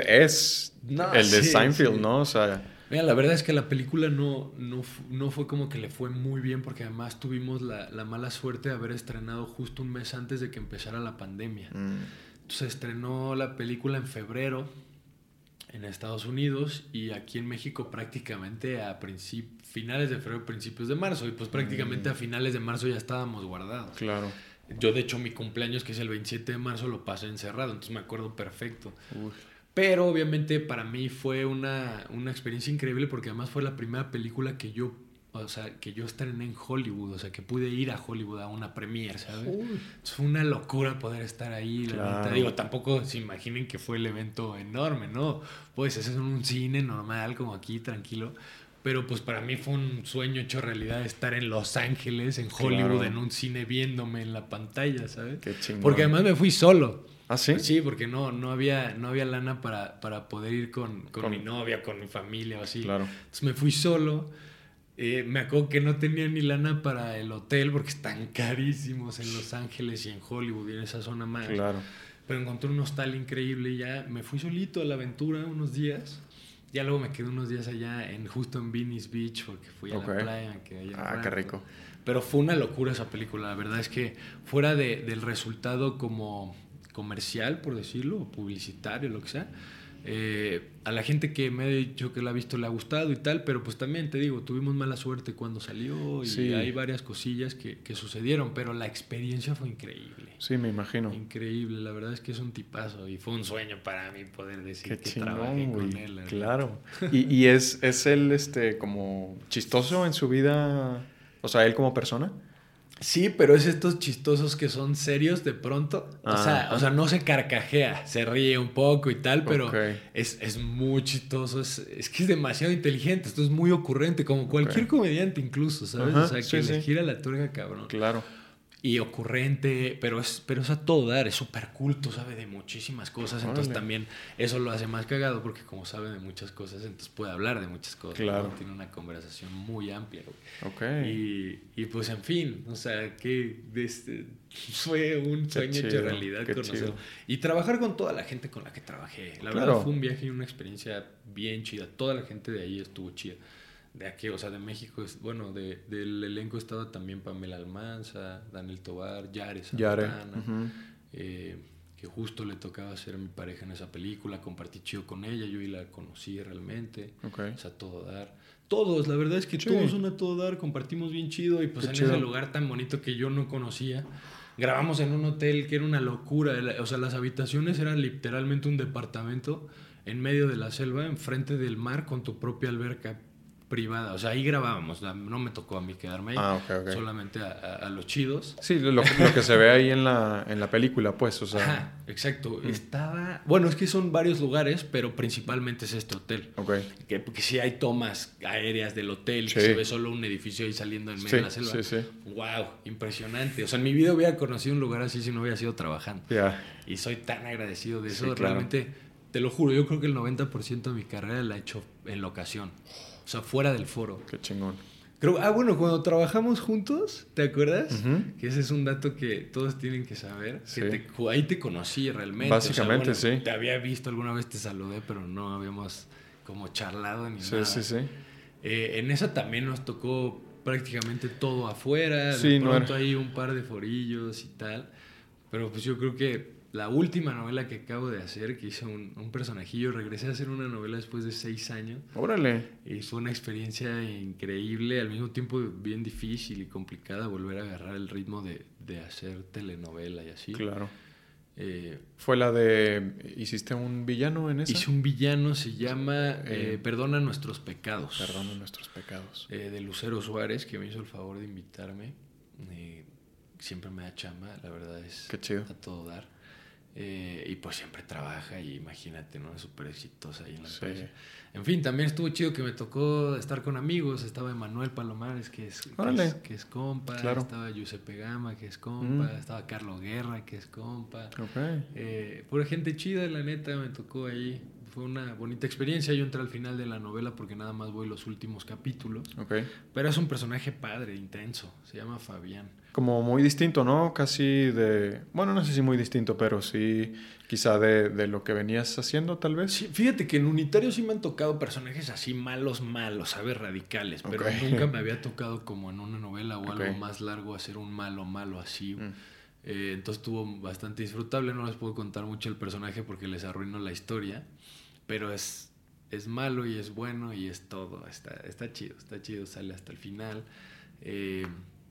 es No, el de sí, Seinfeld, sí. ¿no? O sea, Mira, la verdad es que la película no, no, fu- no fue como que le fue muy bien, porque además tuvimos la, la mala suerte de haber estrenado justo un mes antes de que empezara la pandemia. mm, Entonces estrenó la película en febrero en Estados Unidos y aquí en México prácticamente a princip- finales de febrero, principios de marzo. Y pues prácticamente Mm. a finales de marzo ya estábamos guardados. claro. Yo de hecho mi cumpleaños, que es el veintisiete de marzo, lo pasé encerrado, entonces me acuerdo perfecto. Uy, Pero obviamente para mí fue una, una experiencia increíble porque además fue la primera película que yo o sea, que yo estrené en Hollywood, o sea, que pude ir a Hollywood a una premiere, ¿sabes? Uy. Fue una locura poder estar ahí, la Claro. neta. Digo, tampoco se imaginen que fue el evento enorme, ¿no? Pues ese es un cine normal, como aquí, tranquilo. Pero pues para mí fue un sueño hecho realidad estar en Los Ángeles, en Hollywood, Claro. en un cine viéndome en la pantalla, ¿sabes? Qué chingón. Porque además me fui solo. ¿Ah, sí? Sí, porque no, no, había, no había lana para, para poder ir con, con, Con- mi novia, con mi familia o así. Claro. Entonces me fui solo. Eh, me acuerdo que no tenía ni lana para el hotel porque están carísimos en Los Ángeles y en Hollywood y en esa zona más. Claro. Pero encontré un hostal increíble y ya me fui solito a la aventura unos días. Ya luego me quedé unos días allá en justo en Venice Beach porque fui a Ok. la playa. Me quedé allá un Ah, qué rato. rico. Pero fue una locura esa película. La verdad es que fuera de, del resultado como comercial, por decirlo, o publicitario, lo que sea, eh, a la gente que me ha dicho que la ha visto le ha gustado y tal, pero pues también te digo, tuvimos mala suerte cuando salió y Sí. hay varias cosillas que, que sucedieron, pero la experiencia fue increíble. Sí, me imagino. Increíble, la verdad es que es un tipazo y fue un sueño para mí poder decir Qué que trabajé chingón, con güey. él. la Claro. ¿Y, y es, es él, este, como chistoso en su vida? O sea, él como persona. Sí, pero es estos chistosos que son serios de pronto. O sea, Ajá. o sea, no se carcajea, se ríe un poco y tal, pero Ok. es, es muy chistoso. Es, es que es demasiado inteligente. Esto es muy ocurrente, como cualquier Ok. comediante incluso, ¿sabes? Ajá, O sea, que sí, le sí. gira la tuerca, cabrón. Claro. Y ocurrente, pero es, pero es a todo dar, es súper culto, sabe de muchísimas cosas, entonces Órale. también eso lo hace más cagado porque como sabe de muchas cosas, entonces puede hablar de muchas cosas, Claro. ¿no? Tiene una conversación muy amplia, güey. Ok. Y, y pues en fin, o sea, que este, fue un Qué sueño hecho chido, realidad qué conocerlo. chido. Y trabajar con toda la gente con la que trabajé. La Claro. verdad fue un viaje y una experiencia bien chida. Toda la gente de ahí estuvo chida. De aquí, o sea, de México, es- bueno, de, del elenco estaba también Pamela Almanza, Daniel Tobar, Yare Yare. Santana, Ujú. eh, que justo le tocaba ser mi pareja en esa película, compartí chido con ella, yo y la conocí realmente, Ok. o sea, todo dar. Todos, la verdad es que Sí. todos son a todo dar, compartimos bien chido y pues Qué en chido. ese lugar tan bonito que yo no conocía. Grabamos en un hotel que era una locura, el- o sea, las habitaciones eran literalmente un departamento en medio de la selva, enfrente del mar, con tu propia alberca privada. O sea, ahí grabábamos, la- no me tocó a mí quedarme ahí, Ah, ok, ok. solamente a, a- a los chidos. Sí, lo, lo que se ve ahí en la, en la película, pues, o sea. Ajá, exacto. Mm. Estaba. Bueno, es que son varios lugares, pero principalmente es este hotel. Ok. Que, porque sí hay tomas aéreas del hotel, Sí. que se ve solo un edificio ahí saliendo en medio Sí, de la selva. sí, sí. Wow, impresionante. O sea, en mi vida hubiera conocido un lugar así si no hubiera sido trabajando. Ya. Y soy tan agradecido de eso. Sí, claro. Realmente, te lo juro, yo creo que el noventa por ciento de mi carrera la he hecho en locación. O sea, fuera del foro. Qué chingón. Creo, ah, bueno, cuando trabajamos juntos, ¿te acuerdas? Ujú. Que ese es un dato que todos tienen que saber. Sí. Que te- ahí te conocí realmente. Básicamente, O sea, bueno, sí. Te había visto alguna vez, te saludé, pero no habíamos como charlado ni Sí, nada. sí, sí. Eh, en esa también nos tocó prácticamente todo afuera. Sí, de no pronto era- hay un par de forillos y tal. Pero pues yo creo que la última novela que acabo de hacer, que hice un, un personajillo, regresé a hacer una novela después de seis años. Órale. Y fue una experiencia increíble, al mismo tiempo bien difícil y complicada volver a agarrar el ritmo de, de hacer telenovela y así. Claro. Eh, Fue la de. ¿Hiciste un villano en esa? hice un villano, se llama eh, Eh, Perdona nuestros pecados. Perdona nuestros pecados. Eh, de Lucero Suárez, que me hizo el favor de invitarme. Eh, siempre me da chamba, la verdad es Qué chido. a todo dar. Eh, y pues siempre trabaja y imagínate, ¿no? Es súper exitosa ahí en la Sí. empresa. En fin, también estuvo chido que me tocó estar con amigos. Estaba Emanuel Palomares, que es, que Órale. es, que es compa. Claro. Estaba Giuseppe Gama, que es compa. Mm. Estaba Carlos Guerra, que es compa. Ok. Eh, pura gente chida, la neta, me tocó ahí. Fue una bonita experiencia. Yo entré al final de la novela porque nada más voy los últimos capítulos. Ok. Pero es un personaje padre, intenso. Se llama Fabián. Como muy distinto, ¿no? Casi de... Bueno, no sé si muy distinto, pero sí quizá de, de lo que venías haciendo, tal vez. Sí, fíjate que en Unitario sí me han tocado personajes así malos, malos, ¿sabes? Radicales. Pero Ok. nunca me había tocado como en una novela o Ok. algo más largo hacer un malo, malo así. Mm. Eh, entonces estuvo bastante disfrutable. No les puedo contar mucho el personaje porque les arruino la historia. Pero es, es malo y es bueno y es todo. Está, está chido, está chido. Sale hasta el final. Eh,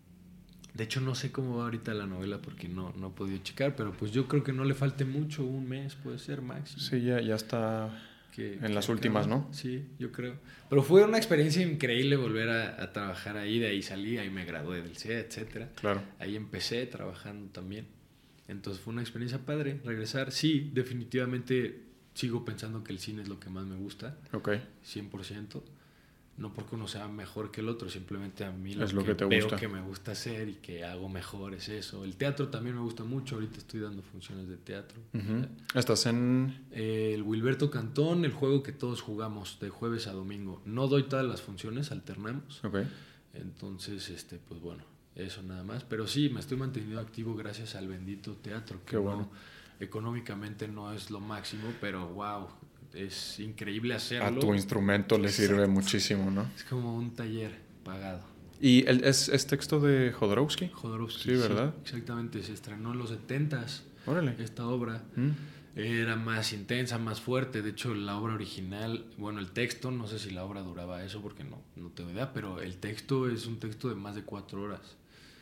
de hecho, no sé cómo va ahorita la novela porque no, no he podido checar. Pero pues yo creo que no le falte mucho. Un mes puede ser máximo. Sí, ya, ya está Que, en que las acaba. últimas, ¿no? Sí, yo creo. Pero fue una experiencia increíble volver a, a trabajar ahí. De ahí salí, ahí me gradué del C E A, etcétera. Claro. Ahí empecé trabajando también. Entonces fue una experiencia padre regresar. Sí, definitivamente sigo pensando que el cine es lo que más me gusta. Ok. cien por ciento. No porque uno sea mejor que el otro, simplemente a mí lo, Es lo que, que te veo gusta. que me gusta hacer y que hago mejor es eso. El teatro también me gusta mucho. Ahorita estoy dando funciones de teatro. Uh-huh. ¿Estás en...? Eh, el Wilberto Cantón, el juego que todos jugamos de jueves a domingo. No doy todas las funciones, alternamos. Ok. Entonces, este, pues bueno, eso nada más. Pero sí, me estoy manteniendo activo gracias al bendito teatro. Que Qué bueno. No, económicamente no es lo máximo, pero wow, es increíble hacerlo. A tu instrumento le Exacto. sirve muchísimo, ¿no? Es como un taller pagado. ¿Y el, es, es texto de Jodorowsky? Jodorowsky. Sí, ¿verdad? Sí, exactamente, se estrenó en los setentas. Órale. Esta obra Mm. era más intensa, más fuerte. De hecho, la obra original, bueno, el texto, no sé si la obra duraba eso porque no, no tengo idea, pero el texto es un texto de más de cuatro horas.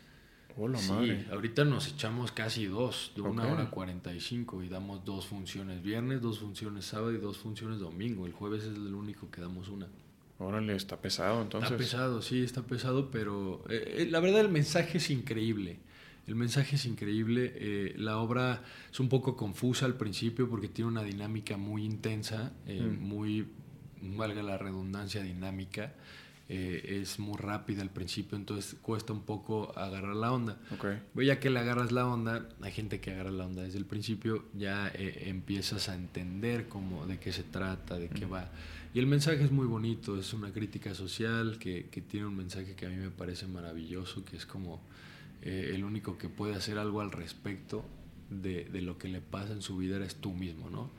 Oh, la Sí, madre. ahorita nos echamos casi dos, de una Ok. hora cuarenta y cinco, y damos dos funciones viernes, dos funciones sábado y dos funciones domingo. El jueves es el único que damos una. Órale, está pesado entonces. Está pesado, sí, está pesado, pero eh, eh, la verdad el mensaje es increíble. El mensaje es increíble. Eh, la obra es un poco confusa al principio porque tiene una dinámica muy intensa, eh, Mm. muy, valga la redundancia, dinámica. Eh, es muy rápida al principio, entonces cuesta un poco agarrar la onda. Ok. Pero ya que le agarras la onda, hay gente que agarra la onda desde el principio, ya eh, empiezas a entender cómo, de qué se trata, de qué Mm. va. Y el mensaje es muy bonito, es una crítica social que, que tiene un mensaje que a mí me parece maravilloso, que es como eh, el único que puede hacer algo al respecto de, de lo que le pasa en su vida eres tú mismo, ¿no?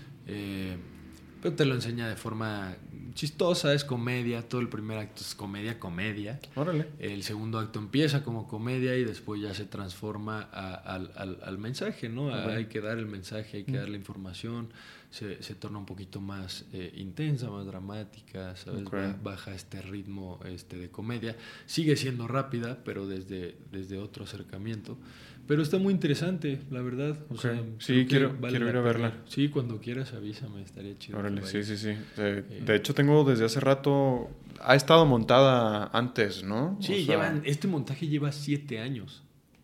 Eh, pero te lo enseña de forma chistosa, es comedia, todo el primer acto es comedia, comedia. Órale. El segundo acto empieza como comedia y después ya se transforma a, al, al, al mensaje, ¿no? A, Okay. hay que dar el mensaje, hay que dar la información, se, se torna un poquito más eh, intensa, más dramática, ¿sabes? Okay. Baja este ritmo este, de comedia. Sigue siendo rápida, pero desde, desde otro acercamiento. Pero está muy interesante, la verdad. O Okay. sea, Sí, creo quiero, vale quiero la ir a pena. verla. Sí, cuando quieras avísame, estaría chido. Órale, sí, sí, sí. De, Eh. de hecho, tengo desde hace rato... Ha estado montada antes, ¿no? Sí, O sea, llevan, este montaje lleva siete años.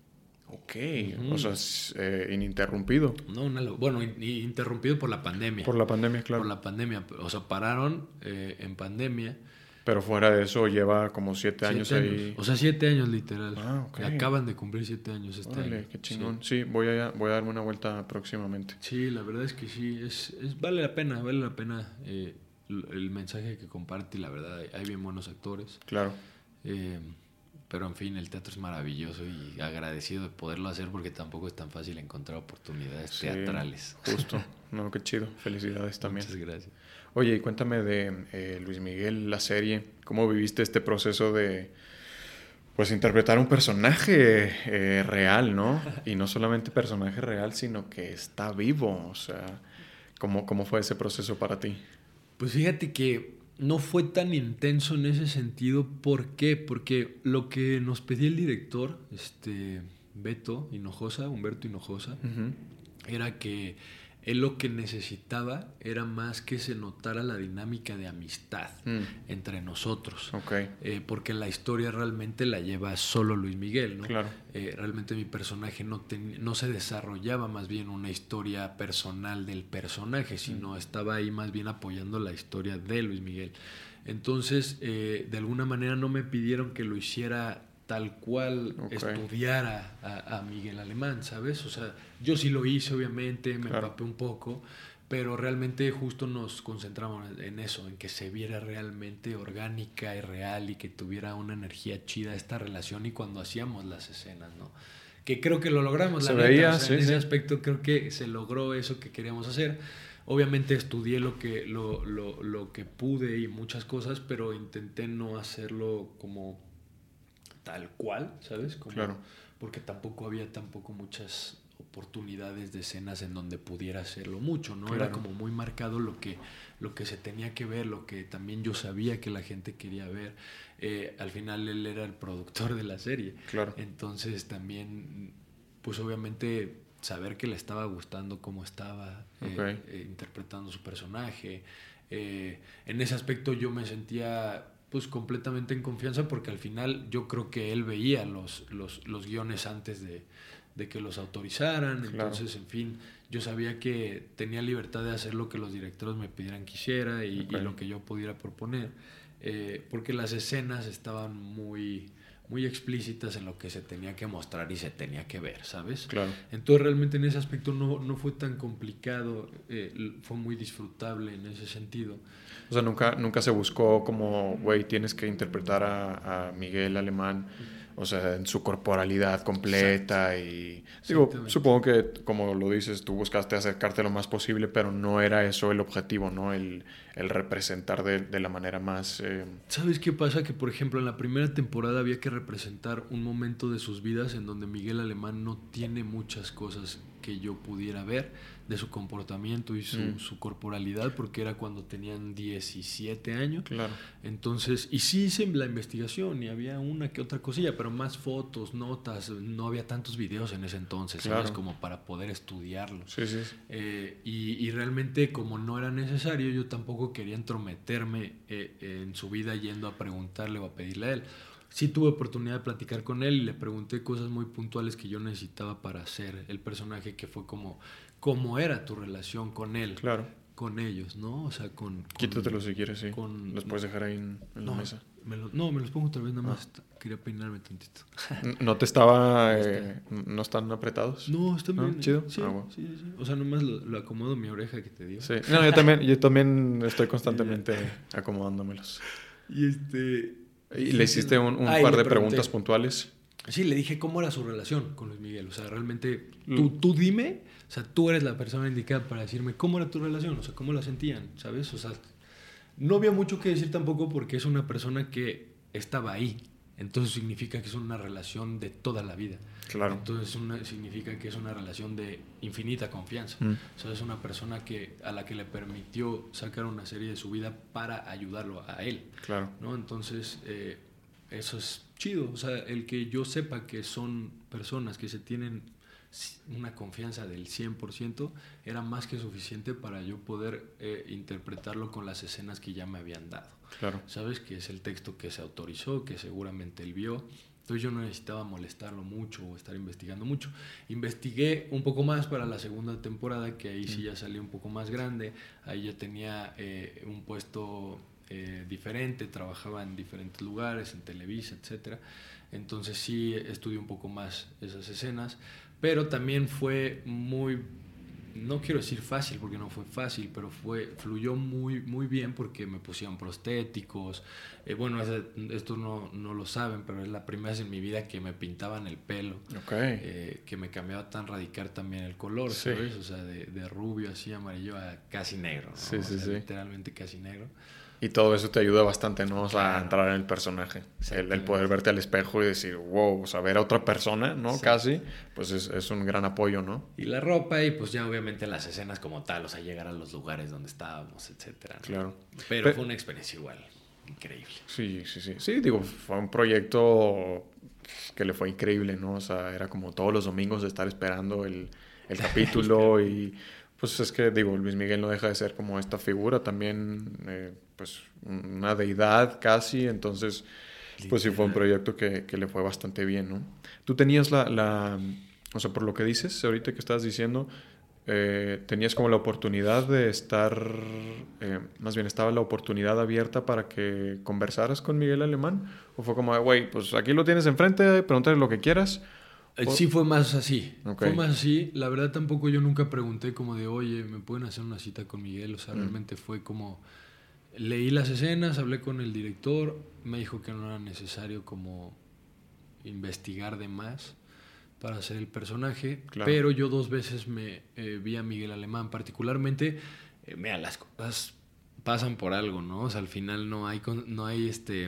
Ok. Ujú. O sea, es eh, ininterrumpido. No, una lo- bueno, in- interrumpido por la pandemia. Por la pandemia, claro. Por la pandemia. O sea, pararon eh, en pandemia. Pero fuera de eso, lleva como siete, Siete años, años. ahí. O sea, siete años literal. Ah, ok. Y acaban de cumplir siete años este Órale, año. qué chingón. Sí. Sí, voy, a, voy a darme una vuelta próximamente. Sí, la verdad es que sí. Es, es, vale la pena, vale la pena eh, el, el mensaje que comparte. Y la verdad, hay, hay bien buenos actores. Claro. Eh, pero en fin, el teatro es maravilloso y agradecido de poderlo hacer porque tampoco es tan fácil encontrar oportunidades Sí, teatrales. Justo. No, qué chido. Felicidades también. Muchas gracias. Oye, y cuéntame de eh, Luis Miguel, la serie. ¿Cómo viviste este proceso de, pues, interpretar un personaje eh, real, ¿no? Y no solamente personaje real, sino que está vivo. O sea, ¿cómo, cómo fue ese proceso para ti? Pues fíjate que no fue tan intenso en ese sentido. ¿Por qué? Porque lo que nos pedía el director, este Beto Hinojosa, Humberto Hinojosa, Uh-huh. era que él lo que necesitaba era más que se notara la dinámica de amistad Mm. entre nosotros. Ok. Eh, porque la historia realmente la lleva solo Luis Miguel, ¿no? Claro. Eh, realmente mi personaje no, ten, no se desarrollaba más bien una historia personal del personaje, sino estaba ahí más bien apoyando la historia de Luis Miguel. Entonces, eh, de alguna manera no me pidieron que lo hiciera tal cual Ok. estudiara a, a Miguel Alemán, ¿sabes? O sea, yo sí lo hice, obviamente, me Claro. empapé un poco, pero realmente justo nos concentramos en eso, en que se viera realmente orgánica y real y que tuviera una energía chida esta relación y cuando hacíamos las escenas, ¿no? Que creo que lo logramos, Se la veía, neta, o sea, sí, en ese sí. aspecto creo que se logró eso que queríamos hacer. Obviamente estudié lo que, lo, lo, lo que pude y muchas cosas, pero intenté no hacerlo como tal cual, ¿sabes? Como, Claro. porque tampoco había tampoco muchas oportunidades de escenas en donde pudiera hacerlo mucho, ¿no? Claro. Era como muy marcado lo que, lo que se tenía que ver, lo que también yo sabía que la gente quería ver. Eh, al final él era el productor de la serie. Claro. Entonces también, pues obviamente saber que le estaba gustando cómo estaba eh, Okay. eh, interpretando su personaje. Eh, en ese aspecto yo me sentía pues completamente en confianza porque al final yo creo que él veía los, los, los guiones antes de, de que los autorizaran. Claro. Entonces, en fin, yo sabía que tenía libertad de hacer lo que los directores me pidieran que hiciera y, Okay. y lo que yo pudiera proponer. Eh, porque las escenas estaban muy, muy explícitas en lo que se tenía que mostrar y se tenía que ver, ¿sabes? Claro. Entonces realmente en ese aspecto no, no fue tan complicado, eh, fue muy disfrutable en ese sentido. O sea, nunca, nunca se buscó como, güey, tienes que interpretar a, a Miguel Alemán, o sea, en su corporalidad completa. Exacto. Y digo, supongo que, como lo dices, tú buscaste acercarte lo más posible, pero no era eso el objetivo, ¿no? El, el representar de, de la manera más... Eh... ¿Sabes qué pasa? Que, por ejemplo, en la primera temporada había que representar un momento de sus vidas en donde Miguel Alemán no tiene muchas cosas que yo pudiera ver de su comportamiento y su, mm. su corporalidad, porque era cuando tenían diecisiete años. Claro. Entonces, y sí hice la investigación y había una que otra cosilla, pero más fotos, notas, no había tantos videos en ese entonces, claro. ¿sabes? Como para poder estudiarlo. Sí, sí. Eh, y, y realmente, como no era necesario, yo tampoco quería entrometerme eh, en su vida yendo a preguntarle o a pedirle a él. Sí tuve oportunidad de platicar con él y le pregunté cosas muy puntuales que yo necesitaba para hacer el personaje, que fue como cómo era tu relación con él, claro. con ellos, ¿no? O sea, con... con Quítatelo si quieres, sí. Con, los puedes dejar ahí en, en no, la mesa. Me lo, no, me los pongo otra vez, nada más. Ah. Quería peinarme tantito. ¿No te estaba... Eh, ¿No están apretados? No, están bien. ¿No? ¿Chido? Sí, ah, bueno. sí, sí. O sea, nomás lo, lo acomodo mi oreja que te digo. Sí. No, yo también, yo también estoy constantemente acomodándomelos. Y este... ¿Y le hiciste un, un Ay, par de pregunté. preguntas puntuales? Sí, le dije cómo era su relación con Luis Miguel. O sea, realmente, tú, tú dime, o sea, tú eres la persona indicada para decirme cómo era tu relación, o sea, cómo la sentían, ¿sabes? O sea, no había mucho que decir tampoco porque es una persona que estaba ahí. Entonces significa que es una relación de toda la vida. Claro. Entonces una, significa que es una relación de infinita confianza. Mm. O sea, es una persona que, a la que le permitió sacar una serie de su vida para ayudarlo a él. Claro. ¿No? Entonces, eh, eso es chido. O sea, el que yo sepa que son personas que se tienen una confianza del cien por ciento era más que suficiente para yo poder eh, interpretarlo con las escenas que ya me habían dado. Claro. ¿Sabes? Que es el texto que se autorizó, que seguramente él vio. Entonces yo no necesitaba molestarlo mucho o estar investigando mucho. Investigué un poco más para la segunda temporada, que ahí sí ya salía un poco más grande. Ahí ya tenía eh, un puesto eh, diferente, trabajaba en diferentes lugares, en Televisa, etcétera. Entonces sí estudié un poco más esas escenas, pero también fue muy... No quiero decir fácil porque no fue fácil, pero fue fluyó muy muy bien porque me pusieron prostéticos. Eh, bueno, ese, esto no, no lo saben, pero es la primera vez en mi vida que me pintaban el pelo. Okay. Eh, que me cambiaba tan radical también el color, sí. ¿sabes? O sea, de, de rubio así amarillo a casi negro, ¿no? Sí, o sí, sea, sí. literalmente casi negro. Y todo eso te ayuda bastante, ¿no? O sea, claro. a entrar en el personaje. El, el poder verte al espejo y decir, wow, o sea, ver a otra persona, ¿no? Sí. Casi, pues es, es un gran apoyo, ¿no? Y la ropa y pues ya obviamente las escenas como tal, o sea, llegar a los lugares donde estábamos, etcétera, ¿no? Claro. Pero Pe- fue una experiencia igual, increíble. Sí, sí, sí. Sí, digo, fue un proyecto que le fue increíble, ¿no? O sea, era como todos los domingos de estar esperando el, el capítulo y... Pues es que, digo, Luis Miguel no deja de ser como esta figura también, eh, pues una deidad casi, entonces, pues sí fue un proyecto que, que le fue bastante bien, ¿no? Tú tenías la, la, o sea, por lo que dices ahorita que estás diciendo, eh, tenías como la oportunidad de estar, eh, más bien estaba la oportunidad abierta para que conversaras con Miguel Alemán, o fue como, güey, pues aquí lo tienes enfrente, pregúntale lo que quieras. Sí, fue más así. Okay. Fue más así. La verdad tampoco yo nunca pregunté como de, oye, ¿me pueden hacer una cita con Miguel? O sea, mm. realmente fue como... Leí las escenas, hablé con el director, me dijo que no era necesario como investigar de más para hacer el personaje. Claro. Pero yo dos veces me eh, vi a Miguel Alemán. Particularmente, eh, mira, las cosas pasan por algo, ¿no? O sea, al final no hay, no hay este...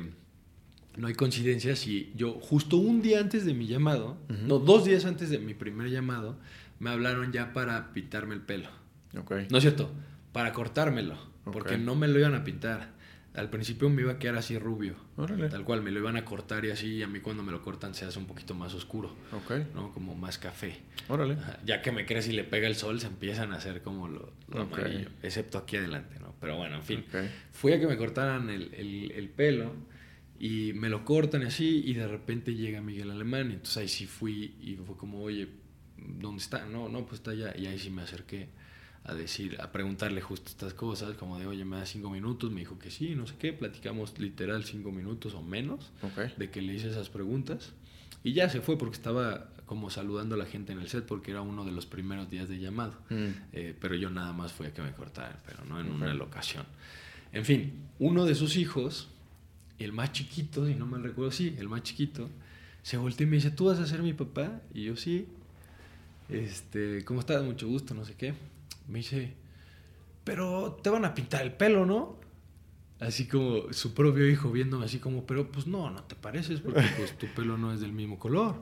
No hay coincidencias y yo justo un día antes de mi llamado, uh-huh. no, dos días antes de mi primer llamado, me hablaron ya para pintarme el pelo. Okay. No es cierto, para cortármelo, okay. porque no me lo iban a pintar. Al principio me iba a quedar así rubio. Órale. Tal cual, me lo iban a cortar y así, y a mí cuando me lo cortan se hace un poquito más oscuro. Ok. ¿No? Como más café. Órale. Ajá. Ya que me crece y le pega el sol, se empiezan a hacer como lo, lo Ok. amarillo. Excepto aquí adelante, ¿no? Pero bueno, en fin. Ok. Fui a que me cortaran el, el, el pelo y me lo cortan así y de repente llega Miguel Alemán. Y entonces ahí sí fui y fue como, oye, ¿dónde está? No, no, pues está allá. Y ahí sí me acerqué a decir, a preguntarle justo estas cosas, como de, oye, ¿me das cinco minutos? Me dijo que sí, no sé qué, platicamos literal cinco minutos o menos Ok. de que le hice esas preguntas. Y ya se fue porque estaba como saludando a la gente en el set porque era uno de los primeros días de llamado. Mm. Eh, pero yo nada más fui a que me cortaran, pero no en Ok. una locación. En fin, uno de sus hijos, el más chiquito, si no mal recuerdo, sí, el más chiquito, se volteó y me dice, ¿tú vas a ser mi papá? Y yo, sí. Este, ¿cómo estás? Mucho gusto, no sé qué. Me dice, pero te van a pintar el pelo, ¿no? Así como su propio hijo viéndome así como, pero pues no, no te pareces porque pues tu pelo no es del mismo color.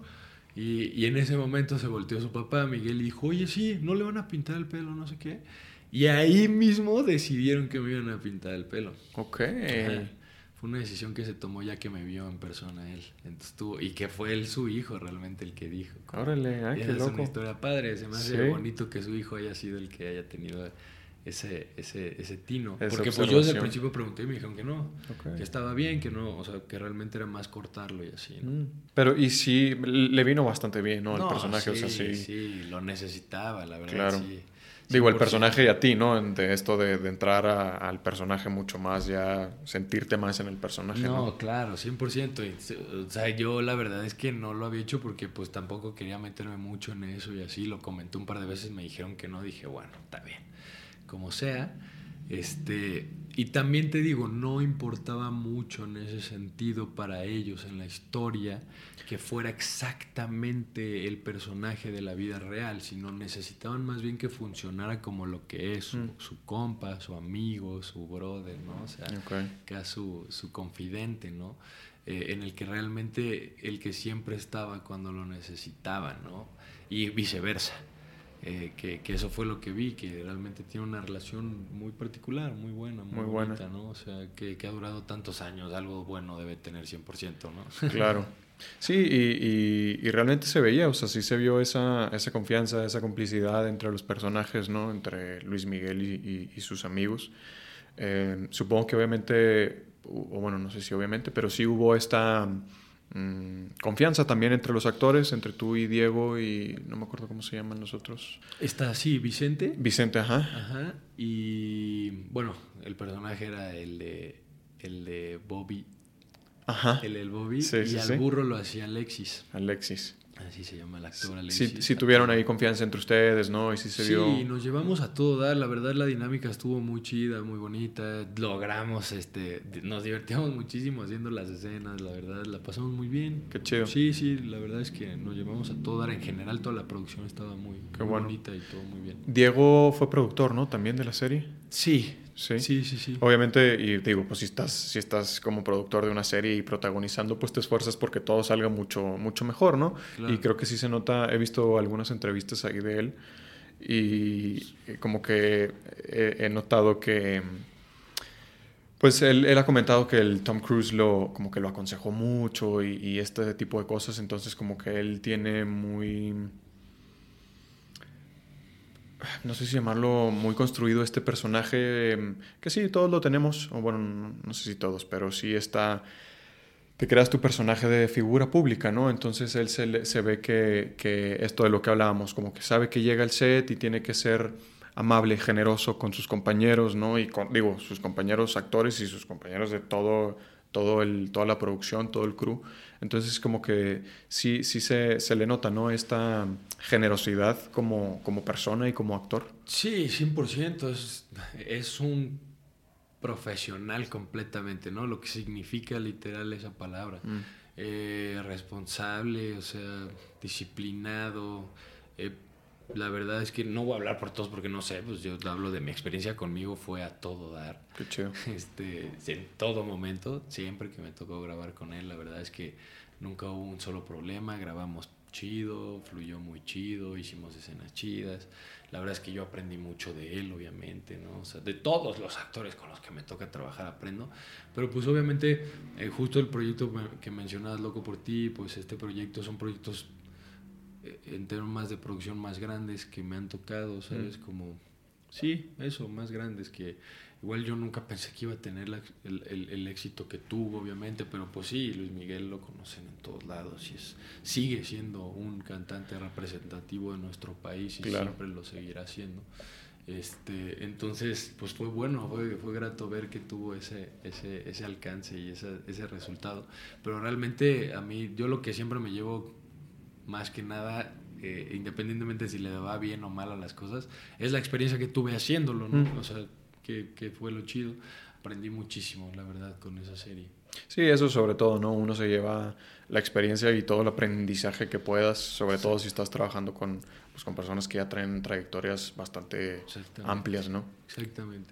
Y, y en ese momento se volteó su papá, Miguel, y dijo, oye, sí, no le van a pintar el pelo, no sé qué. Y ahí mismo decidieron que me iban a pintar el pelo. Ok. Ajá. Fue una decisión que se tomó ya que me vio en persona él. Entonces tuvo, y que fue él su hijo realmente el que dijo. Como, Órale, ay, esa qué es loco. una historia padre. Se me hace Sí. bonito que su hijo haya sido el que haya tenido ese, ese, ese tino. Esa Porque pues yo desde el observación. principio pregunté y me dijeron que no. Ok. Que estaba bien, que no. O sea, que realmente era más cortarlo y así, ¿no? Mm. Pero, y sí, le vino bastante bien, ¿no? El No, personaje, o sea, sí, sí. sí, lo necesitaba, la verdad, Claro. sí. Digo, el cien por ciento. personaje y a ti, ¿no? De esto de, de entrar a- al personaje mucho más, ya sentirte más en el personaje, ¿no? No, claro, cien por ciento. Y, o sea, yo la verdad es que no lo había hecho porque pues tampoco quería meterme mucho en eso y así. Lo comenté un par de veces, me dijeron que no. Dije, bueno, está bien. Como sea. Este, y también te digo, no importaba mucho en ese sentido para ellos en la historia que fuera exactamente el personaje de la vida real, sino necesitaban más bien que funcionara como lo que es, su, Mm. su compa, su amigo, su brother, ¿no? O sea, Ok. que era su, su confidente, ¿no? Eh, en el que realmente el que siempre estaba cuando lo necesitaba, ¿no? Y viceversa. Eh, que, que eso fue lo que vi, que realmente tiene una relación muy particular, muy buena, muy, Muy bonita, buena. ¿no? O sea, que, que ha durado tantos años, algo bueno debe tener cien por ciento, ¿no? Claro. Sí, y, y- y realmente se veía, o sea, sí se vio esa, esa confianza, esa complicidad entre los personajes, ¿no? Entre Luis Miguel y, y- y sus amigos. Eh, supongo que obviamente, o bueno, no sé si obviamente, pero sí hubo esta mm, confianza también entre los actores, entre tú y Diego y no me acuerdo cómo se llaman los otros. Está así, Vicente. Vicente, ajá. Ajá. Y bueno, el personaje era el de, el de Bobby. Ajá. El del Bobby. Sí, y sí, al sí. burro lo hacía Alexis. Alexis. Así se llama el actor, Sí, Alexis. sí tuvieron ahí confianza entre ustedes, ¿no? Y sí se Sí, vio... nos llevamos a todo dar, la verdad la dinámica estuvo muy chida, muy bonita, logramos, este, nos divertíamos muchísimo haciendo las escenas, la verdad, la pasamos muy bien. Qué chido. Sí, sí, la verdad es que nos llevamos a todo dar, en general toda la producción estaba muy, Qué muy bueno. bonita y todo muy bien. Diego fue productor, ¿no? También de la serie. Sí, Sí. sí, sí, sí. Obviamente, y digo, pues si estás, si estás como productor de una serie y protagonizando, pues te esfuerzas porque todo salga mucho, mucho mejor, ¿no? Claro. Y creo que sí se nota, he visto algunas entrevistas ahí de él y como que he, he notado que, pues él, él ha comentado que el Tom Cruise lo, como que lo aconsejó mucho y, y este tipo de cosas, entonces como que él tiene muy... no sé si llamarlo muy construido este personaje, que sí, todos lo tenemos, o bueno, no, no sé si todos, pero sí está, te creas tu personaje de figura pública, ¿no? Entonces él se, le- se ve que, que esto de lo que hablábamos, como que sabe que llega al set y tiene que ser amable, generoso con sus compañeros, ¿no? Y con, digo, sus compañeros actores y sus compañeros de todo, todo el, toda la producción, todo el crew. Entonces como que sí, sí se, se le nota, ¿no? Esta generosidad como, como persona y como actor. Sí, cien por ciento, es, es un profesional completamente, ¿no? Lo que significa literal esa palabra. Mm. Eh, responsable, o sea, disciplinado. Eh, la verdad es que no voy a hablar por todos porque no sé, pues yo hablo de mi experiencia conmigo, fue a todo dar. Qué chido. Este, en todo momento, siempre que me tocó grabar con él, la verdad es que nunca hubo un solo problema, grabamos chido, fluyó muy chido, hicimos escenas chidas. La verdad es que yo aprendí mucho de él, obviamente, ¿no? O sea, de todos los actores con los que me toca trabajar aprendo. Pero pues obviamente, eh, justo el proyecto que mencionabas, Loco por Ti, pues este proyecto son proyectos eh, en temas de producción más grandes que me han tocado, ¿sabes? Mm. Como, sí, eso, más grandes que... Igual yo nunca pensé que iba a tener la, el, el, el éxito que tuvo, obviamente, pero pues sí, Luis Miguel lo conocen en todos lados y es, sigue siendo un cantante representativo de nuestro país y claro. siempre lo seguirá siendo. Este, entonces, pues fue bueno, fue, fue grato ver que tuvo ese, ese, ese alcance y ese, ese resultado. Pero realmente a mí, yo lo que siempre me llevo más que nada, eh, independientemente si le va bien o mal a las cosas, es la experiencia que tuve haciéndolo, ¿no? Mm. O sea, Que, que fue lo chido. Aprendí muchísimo, la verdad, con esa serie. Sí, eso sobre todo, ¿no? Uno se lleva la experiencia y todo el aprendizaje que puedas, sobre sí. todo si estás trabajando con, pues, con personas que ya traen trayectorias bastante amplias, ¿no? Exactamente.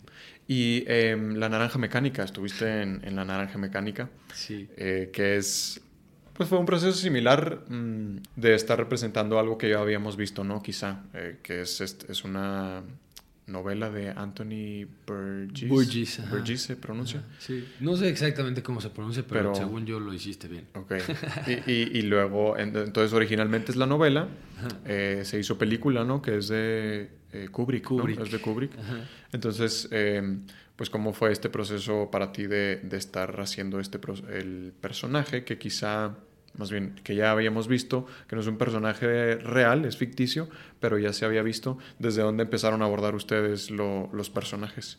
Y eh, La Naranja Mecánica, estuviste en, en La Naranja Mecánica. Sí. Eh, que es... Pues fue un proceso similar mmm, de estar representando algo que ya habíamos visto, ¿no? Quizá, eh, que es, es, es una... novela de Anthony Burgess. Burgess, Burgess se pronuncia. Ajá, sí. No sé exactamente cómo se pronuncia, pero, pero según yo lo hiciste bien. Ok. Y, y, y luego, entonces originalmente es la novela, eh, se hizo película, ¿no? Que es de eh, Kubrick, Kubrick. ¿no? Es de Kubrick. Ajá. Entonces, eh, pues ¿cómo fue este proceso para ti de, de estar haciendo este el personaje que quizá... más bien, que ya habíamos visto, que no es un personaje real, es ficticio, pero ya se había visto? ¿Desde dónde empezaron a abordar ustedes lo, los personajes?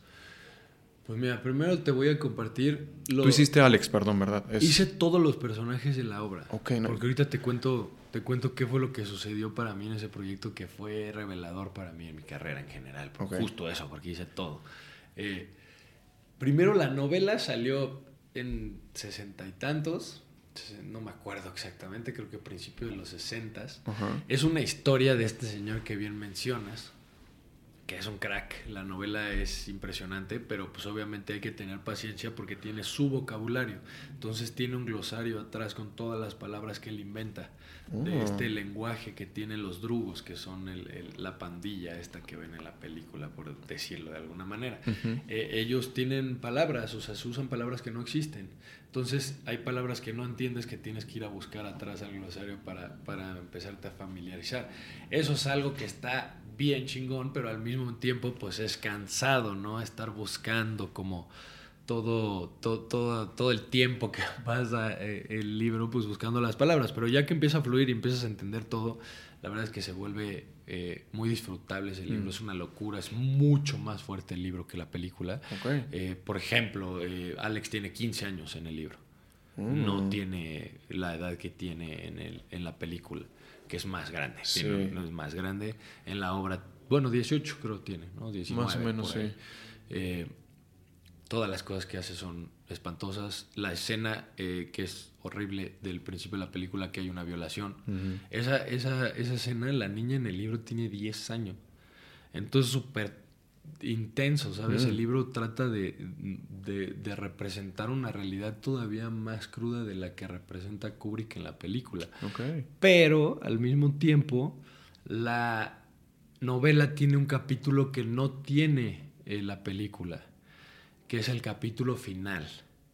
Pues mira, primero te voy a compartir... Lo... Tú hiciste Alex, perdón, ¿verdad? Es... Hice todos los personajes de la obra. Okay, no. Porque ahorita te cuento, te cuento qué fue lo que sucedió para mí en ese proyecto que fue revelador para mí en mi carrera en general. Okay. Justo eso, porque hice todo. Eh, primero la novela salió en sesenta y tantos... no me acuerdo exactamente, creo que a principios de los sesentas. Uh-huh. Es una historia de este señor que bien mencionas, que es un crack. La novela es impresionante, pero pues obviamente hay que tener paciencia porque tiene su vocabulario. Entonces tiene un glosario atrás con todas las palabras que él inventa, uh-huh. de este lenguaje que tienen los drugos, que son el, el, la pandilla esta que ven en la película, por decirlo de alguna manera. Uh-huh. Eh, ellos tienen palabras, o sea, se usan palabras que no existen. Entonces hay palabras que no entiendes que tienes que ir a buscar atrás al glosario para, para empezarte a familiarizar. Eso es algo que está bien chingón, pero al mismo tiempo pues es cansado, ¿no? Estar buscando como todo, todo, todo, todo el tiempo que pasa eh, el libro pues buscando las palabras. Pero ya que empieza a fluir y empiezas a entender todo, la verdad es que se vuelve eh, muy disfrutable ese libro. Mm. Es una locura, es mucho más fuerte el libro que la película. Okay. Eh, por ejemplo, eh, Alex tiene quince años en el libro. Mm. No tiene la edad que tiene en, el, en la película, que es más grande. Sí. Tiene, no es más grande. En la obra, bueno, dieciocho creo tiene, ¿no? diecinueve, más o menos, sí. Eh, todas las cosas que hace son espantosas. La escena eh, que es horrible del principio de la película, que hay una violación. Uh-huh. Esa, esa, esa escena, la niña en el libro tiene diez años. Entonces, súper intenso, ¿sabes? Uh-huh. El libro trata de, de, de representar una realidad todavía más cruda de la que representa Kubrick en la película. Okay. Pero, al mismo tiempo, la novela tiene un capítulo que no tiene eh, la película, que es el capítulo final.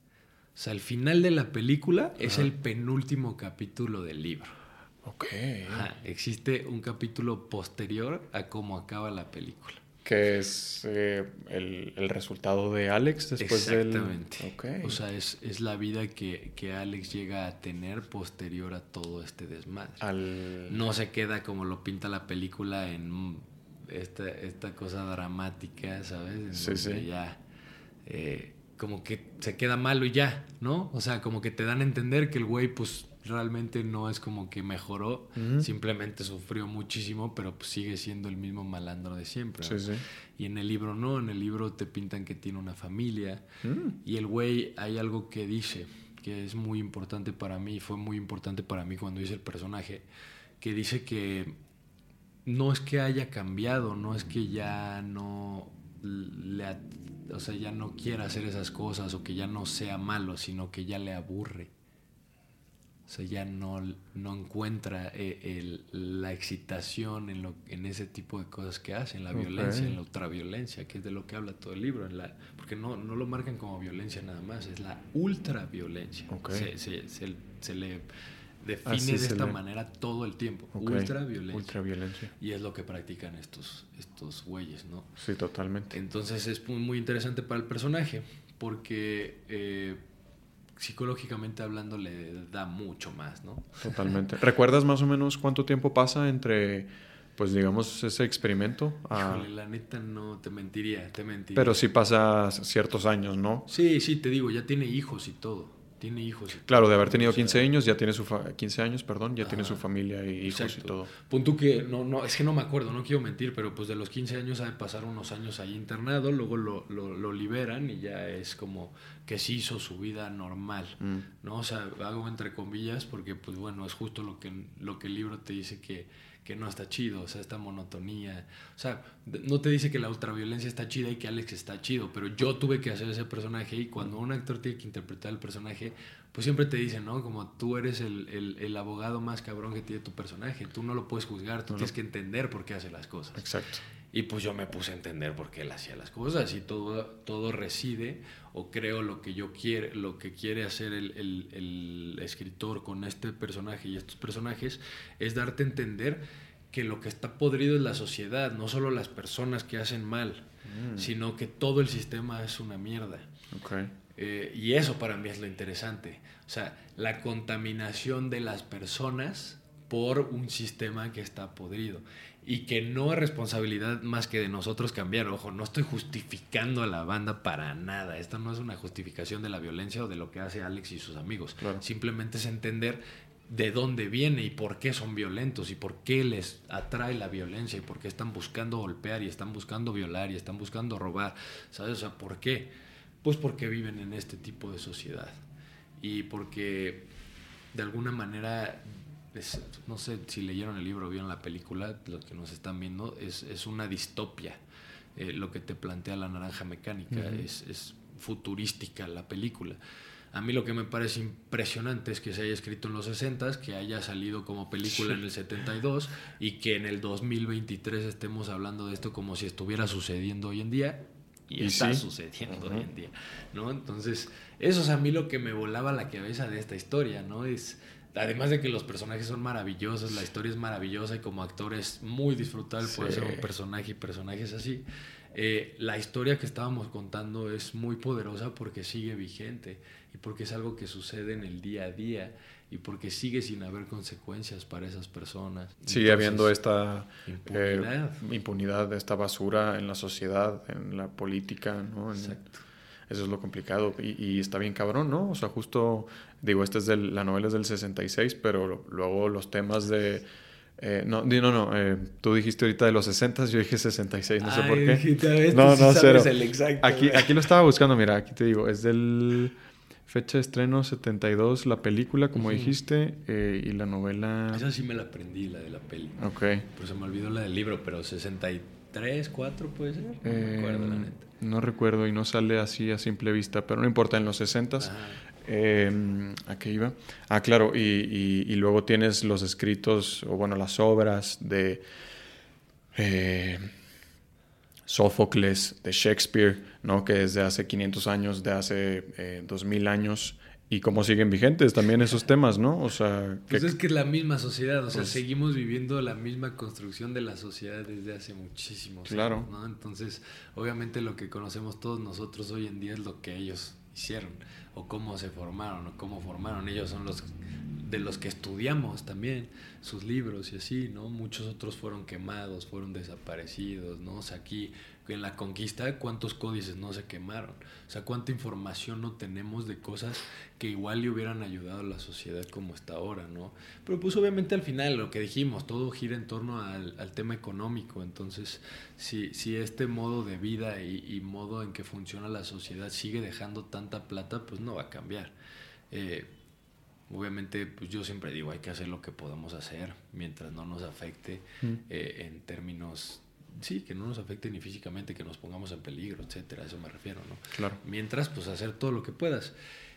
O sea, el final de la película Ajá. es el penúltimo capítulo del libro. Ok. Ajá. Existe un capítulo posterior a cómo acaba la película. Que es eh, el, el resultado de Alex después del... Exactamente. Okay. O sea, es, es la vida que, que Alex llega a tener posterior a todo este desmadre. Al... No se queda como lo pinta la película en esta, esta cosa dramática, ¿sabes? En sí, sí. Ya... Eh, como que se queda malo y ya, ¿no? O sea, como que te dan a entender que el güey pues realmente no es como que mejoró, uh-huh. simplemente sufrió muchísimo, pero pues sigue siendo el mismo malandro de siempre, ¿no? Sí, sí. Y en el libro no, en el libro te pintan que tiene una familia, uh-huh. y el güey hay algo que dice que es muy importante para mí, fue muy importante para mí cuando hice el personaje, que dice que no es que haya cambiado, no es que ya no le, o sea, ya no quiera hacer esas cosas o que ya no sea malo, sino que ya le aburre. O sea, ya no, no encuentra eh, el, la excitación en, lo, en ese tipo de cosas que hacen, la violencia, Okay. en la ultraviolencia, que es de lo que habla todo el libro. En la, porque no, no lo marcan como violencia nada más, es la ultraviolencia. Okay. Se, se, se, se le define Así de se esta le... manera todo el tiempo. Okay. Ultraviolencia. Ultraviolencia. Y es lo que practican estos, estos güeyes, ¿no? Sí, totalmente. Entonces es muy, muy interesante para el personaje, porque... Eh, psicológicamente hablando le da mucho más, ¿no? Totalmente. ¿Recuerdas más o menos cuánto tiempo pasa entre, pues digamos, ese experimento? A... Híjole, la neta no te mentiría, te mentiría. Pero sí pasa ciertos años, ¿no? Sí, sí, te digo, ya tiene hijos y todo. Tiene hijos y Claro, todo, de haber tenido o sea, quince años, ya tiene su fa... quince años, perdón, ya ajá, tiene su familia y hijos exacto. y todo. Punto que, no, no, es que no me acuerdo, no quiero mentir, pero pues de los quince años ha de pasar unos años ahí internado, luego lo, lo, lo liberan y ya es como que sí hizo su vida normal, Mm. ¿no? O sea, hago entre comillas porque pues bueno, es justo lo que, lo que el libro te dice que, que no está chido, o sea, esta monotonía, o sea, no te dice que la ultraviolencia está chida y que Alex está chido, pero yo tuve que hacer ese personaje y cuando un actor tiene que interpretar el personaje, pues siempre te dicen, ¿no? Como tú eres el, el, el abogado más cabrón que tiene tu personaje, tú no lo puedes juzgar, tú No, tienes no. que entender por qué hace las cosas. Exacto. Y pues yo me puse a entender por qué él hacía las cosas y todo, todo reside, o creo lo que yo quiere, lo que quiere hacer el, el, el escritor con este personaje y estos personajes es darte a entender que lo que está podrido es la sociedad, no solo las personas que hacen mal, mm. sino que todo el sistema es una mierda. Okay. Eh, y eso para mí es lo interesante. O sea, la contaminación de las personas por un sistema que está podrido. Y que no es responsabilidad más que de nosotros cambiar. Ojo, no estoy justificando a la banda para nada. Esto no es una justificación de la violencia o de lo que hace Alex y sus amigos. Claro. Simplemente es entender de dónde viene y por qué son violentos y por qué les atrae la violencia y por qué están buscando golpear y están buscando violar y están buscando robar. ¿Sabes? O sea, ¿por qué? Pues porque viven en este tipo de sociedad y porque de alguna manera, es, no sé si leyeron el libro o vieron la película, los que nos están viendo, es, es una distopia. Eh, lo que te plantea La Naranja Mecánica, uh-huh. es, es futurística la película. A mí lo que me parece impresionante es que se haya escrito en los sesentas, que haya salido como película en el setenta y dos y que en el dos mil veintitrés estemos hablando de esto como si estuviera sucediendo hoy en día. Y, y está sí. sucediendo uh-huh. hoy en día, ¿no? Entonces, eso es a mí lo que me volaba la cabeza de esta historia, ¿no? Es, además de que los personajes son maravillosos, la historia es maravillosa y como actor es muy disfrutable sí. poder ser un personaje y personajes así. Eh, la historia que estábamos contando es muy poderosa porque sigue vigente y porque es algo que sucede en el día a día y porque sigue sin haber consecuencias para esas personas. Sigue Entonces, habiendo esta impunidad. Eh, impunidad, esta basura en la sociedad, en la política, ¿no? En, Exacto. Eso es lo complicado y, y está bien cabrón, ¿no? O sea, justo, digo, esta es del, la novela es del sesenta y seis, pero luego los temas de... Eh, no, no, no, eh, tú dijiste ahorita de los sesenta, yo dije sesenta y seis, no sé Ay, por qué. Dijiste, no, no, sí cero. El exacto, aquí, aquí lo estaba buscando, mira, aquí te digo, es del... Fecha de estreno setenta y dos, la película, como uh-huh. dijiste, eh, y la novela... Esa sí me la aprendí, la de la peli. Ok. Pero se me olvidó la del libro, pero sesenta y tres, cuatro puede ser. No eh, me acuerdo, la neta. No recuerdo y no sale así a simple vista, pero no importa, en los sesentas. Eh, ¿A qué iba? Ah, claro, y, y, y luego tienes los escritos, o bueno, las obras de... Eh, Sófocles, de Shakespeare, ¿no? Que desde hace quinientos años, de hace eh, dos mil años, y cómo siguen vigentes también esos temas, ¿no? O sea... Pues que, es que es la misma sociedad, o sea, pues, seguimos viviendo la misma construcción de la sociedad desde hace muchísimos claro. años, ¿no? Entonces, obviamente lo que conocemos todos nosotros hoy en día es lo que ellos hicieron, o cómo se formaron, o cómo formaron. Ellos son los de los que estudiamos también sus libros y así, ¿no? Muchos otros fueron quemados, fueron desaparecidos, ¿no? O sea, aquí en la conquista, ¿cuántos códices no se quemaron? O sea, ¿cuánta información no tenemos de cosas que igual le hubieran ayudado a la sociedad como está ahora, ¿no? Pero pues obviamente al final, lo que dijimos, todo gira en torno al, al tema económico. Entonces, si, si este modo de vida y, y modo en que funciona la sociedad sigue dejando tanta plata, pues no va a cambiar. Eh, Obviamente, pues yo siempre digo, hay que hacer lo que podamos hacer mientras no nos afecte mm. eh, en términos, sí, que no nos afecte ni físicamente, que nos pongamos en peligro, etcétera, a eso me refiero, ¿no? Claro. Mientras, pues hacer todo lo que puedas.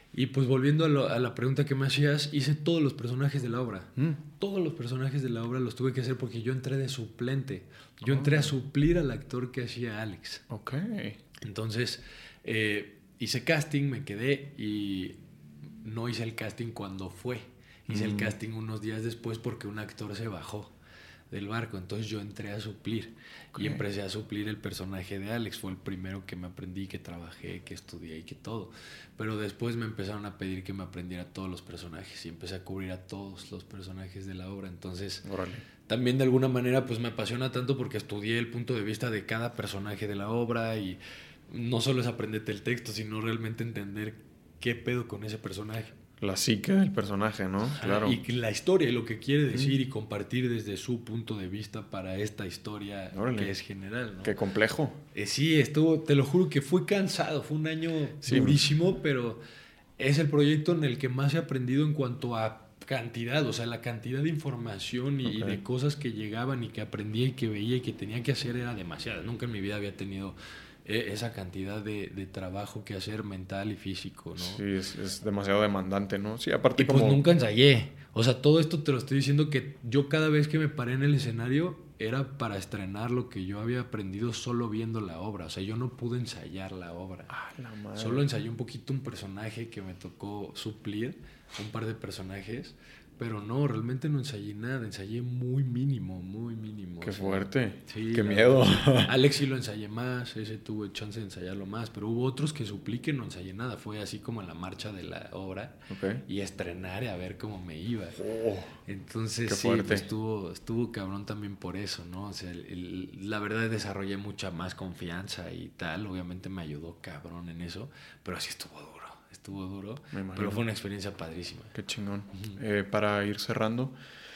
Y pues volviendo a, lo, a la pregunta que me hacías, hice todos los personajes de la obra. Mm. Todos los personajes de la obra los tuve que hacer porque yo entré de suplente. Yo oh. entré a suplir al actor que hacía Alex. Ok. Entonces, eh, hice casting, me quedé y no hice el casting cuando fue. Hice mm. el casting unos días después porque un actor se bajó del barco. Entonces yo entré a suplir. Okay. Y empecé a suplir el personaje de Alex. Fue el primero que me aprendí, que trabajé, que estudié y que todo. Pero después me empezaron a pedir que me aprendiera todos los personajes y empecé a cubrir a todos los personajes de la obra. Entonces, Órale. También de alguna manera pues me apasiona tanto porque estudié el punto de vista de cada personaje de la obra y no solo es aprenderte el texto, sino realmente entender qué pedo con ese personaje. La psique del personaje, ¿no? Claro. Y la historia, lo que quiere decir mm. y compartir desde su punto de vista para esta historia Órale. Que es general, ¿no? Qué complejo. Eh, sí, estuvo, te lo juro que fue cansado, fue un año sí, durísimo, bro. Pero es el proyecto en el que más he aprendido en cuanto a cantidad, o sea, la cantidad de información y, okay. y de cosas que llegaban y que aprendía y que veía y que tenía que hacer era demasiada. Nunca en mi vida había tenido esa cantidad de, de trabajo que hacer mental y físico, ¿no? Sí, es, es demasiado demandante, ¿no? Sí, aparte y como... pues nunca ensayé. O sea, todo esto te lo estoy diciendo que yo cada vez que me paré en el escenario era para estrenar lo que yo había aprendido solo viendo la obra. O sea, yo no pude ensayar la obra. Ah, la madre. Solo ensayé un poquito un personaje que me tocó suplir, un par de personajes. Pero no, realmente no ensayé nada, ensayé muy mínimo, muy mínimo. Qué o sea, fuerte, sí, qué miedo. Alex sí lo ensayé más, ese tuve chance de ensayarlo más, pero hubo otros que suplí que no ensayé nada, fue así como en la marcha de la obra okay. y estrenar y a ver cómo me iba. Oh, Entonces sí, pues estuvo, estuvo cabrón también por eso, ¿no? O sea, el, el, la verdad desarrollé mucha más confianza y tal, obviamente me ayudó cabrón en eso, pero sí estuvo duro. Estuvo duro, pero fue una experiencia padrísima. Qué chingón. Uh-huh. Eh, para ir cerrando,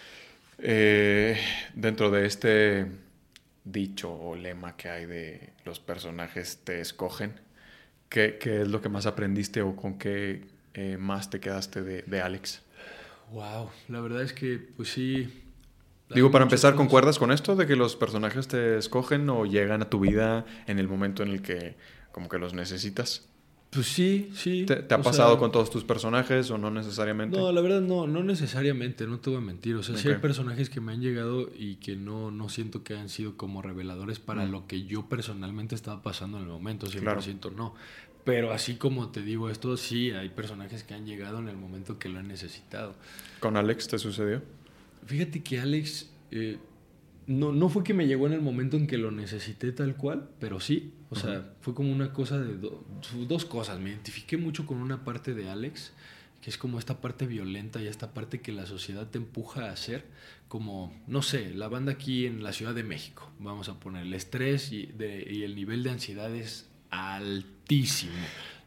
eh, dentro de este dicho o lema que hay de los personajes te escogen, ¿qué, qué es lo que más aprendiste o con qué eh, más te quedaste de, de Alex? Wow, la verdad es que pues sí. Digo, para empezar, cosas. ¿Concuerdas con esto de que los personajes te escogen o llegan a tu vida en el momento en el que como que los necesitas? Pues sí, sí. ¿Te, te ha pasado sea, con todos tus personajes o no necesariamente? No, la verdad no, no necesariamente, no te voy a mentir. O sea, okay. sí hay personajes que me han llegado y que no, no siento que hayan sido como reveladores para mm. lo que yo personalmente estaba pasando en el momento, cien por ciento claro. no. Pero así como te digo esto, sí hay personajes que han llegado en el momento que lo han necesitado. ¿Con Alex te sucedió? Fíjate que Alex... Eh, No, no fue que me llegó en el momento en que lo necesité tal cual, pero sí. O uh-huh. sea, fue como una cosa de do, dos cosas. Me identifiqué mucho con una parte de Alex, que es como esta parte violenta y esta parte que la sociedad te empuja a hacer. Como, no sé, la banda aquí en la Ciudad de México, vamos a poner el estrés y, de, y el nivel de ansiedad es altísimo.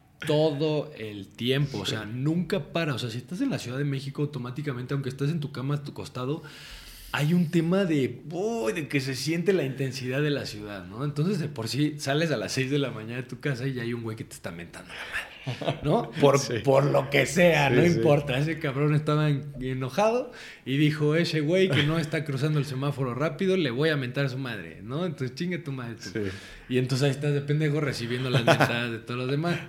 Todo el tiempo, o sea, nunca para. O sea, si estás en la Ciudad de México, automáticamente, aunque estés en tu cama a tu costado, hay un tema de, oh, de que se siente la intensidad de la ciudad, ¿no? Entonces, de por sí, sales a las seis de la mañana de tu casa y ya hay un güey que te está mentando la madre, ¿no? Por, sí. por lo que sea, sí, no sí. importa. Ese cabrón estaba enojado y dijo, ese güey que no está cruzando el semáforo rápido, le voy a mentar a su madre, ¿no? Entonces, chingue tu madre tú. Sí. Y entonces ahí estás de pendejo recibiendo las mentadas de todos los demás.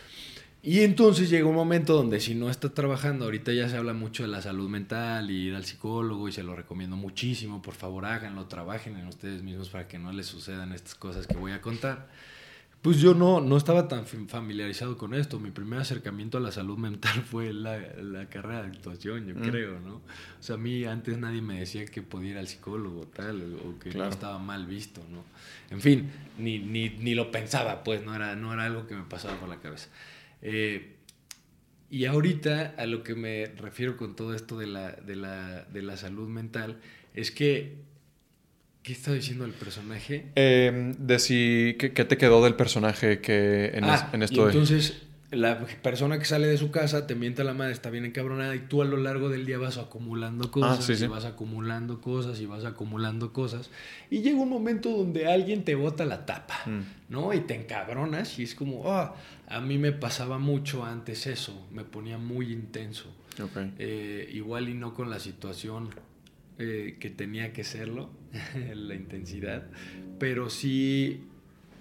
Y entonces llega un momento donde si no está trabajando, ahorita ya se habla mucho de la salud mental y ir al psicólogo y se lo recomiendo muchísimo, por favor háganlo, trabajen en ustedes mismos para que no les sucedan estas cosas que voy a contar. Pues yo no, no estaba tan familiarizado con esto, mi primer acercamiento a la salud mental fue la, la carrera de actuación, yo mm. creo, ¿no? O sea, a mí antes nadie me decía que podía ir al psicólogo tal, o que claro. no estaba mal visto, ¿no? En fin, ni, ni, ni lo pensaba, pues, no era, no era algo que me pasaba por la cabeza. Eh, y ahorita a lo que me refiero con todo esto de la, de la, de la salud mental es que ¿qué está diciendo el personaje? Eh, de si ¿qué, qué te quedó del personaje que en, ah, es, en esto y entonces de... la persona que sale de su casa te miente a la madre, está bien encabronada y tú a lo largo del día vas acumulando cosas ah, sí, y sí. vas acumulando cosas y vas acumulando cosas y llega un momento donde alguien te bota la tapa, mm. ¿no? Y te encabronas y es como, oh, a mí me pasaba mucho antes eso, me ponía muy intenso. Okay. Eh, igual y no con la situación eh, que tenía que serlo, la intensidad, pero sí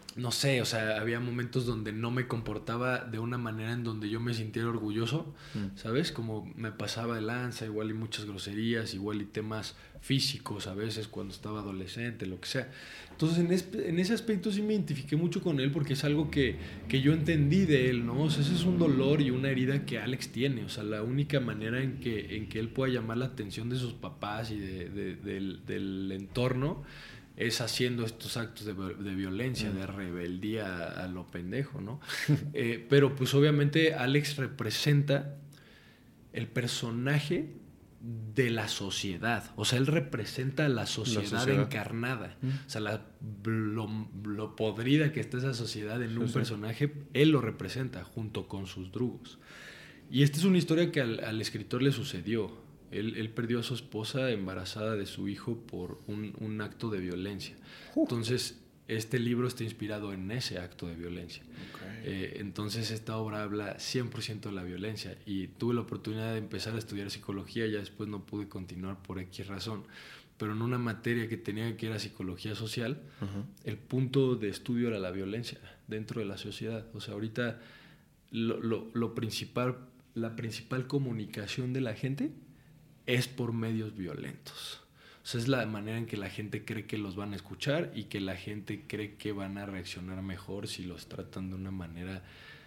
no sé, o sea, había momentos donde no me comportaba de una manera en donde yo me sintiera orgulloso, mm. ¿sabes? Como me pasaba de lanza, igual y muchas groserías, igual y temas físicos a veces cuando estaba adolescente, lo que sea. Entonces, en, es, en ese aspecto sí me identifiqué mucho con él porque es algo que, que yo entendí de él, ¿no? O sea, ese es un dolor y una herida que Alex tiene. O sea, la única manera en que, en que él pueda llamar la atención de sus papás y de, de, del, del entorno es haciendo estos actos de, de violencia, mm. de rebeldía a, a lo pendejo, ¿no? eh, pero pues obviamente Alex representa el personaje de la sociedad. O sea, él representa la sociedad, la sociedad. encarnada. Mm. O sea, la, lo, lo podrida que está esa sociedad en sí, un sí. personaje, él lo representa junto con sus drugos. Y esta es una historia que al, al escritor le sucedió. Él, él perdió a su esposa embarazada de su hijo por un, un acto de violencia. Uh. Entonces, este libro está inspirado en ese acto de violencia. Okay. Eh, entonces, esta obra habla cien por ciento de la violencia. Y tuve la oportunidad de empezar a estudiar psicología. Ya después no pude continuar por X razón. Pero en una materia que tenía que era psicología social, uh-huh. el punto de estudio era la violencia dentro de la sociedad. O sea, ahorita lo, lo, lo principal, la principal comunicación de la gente es por medios violentos. O sea, es la manera en que la gente cree que los van a escuchar y que la gente cree que van a reaccionar mejor si los tratan de una manera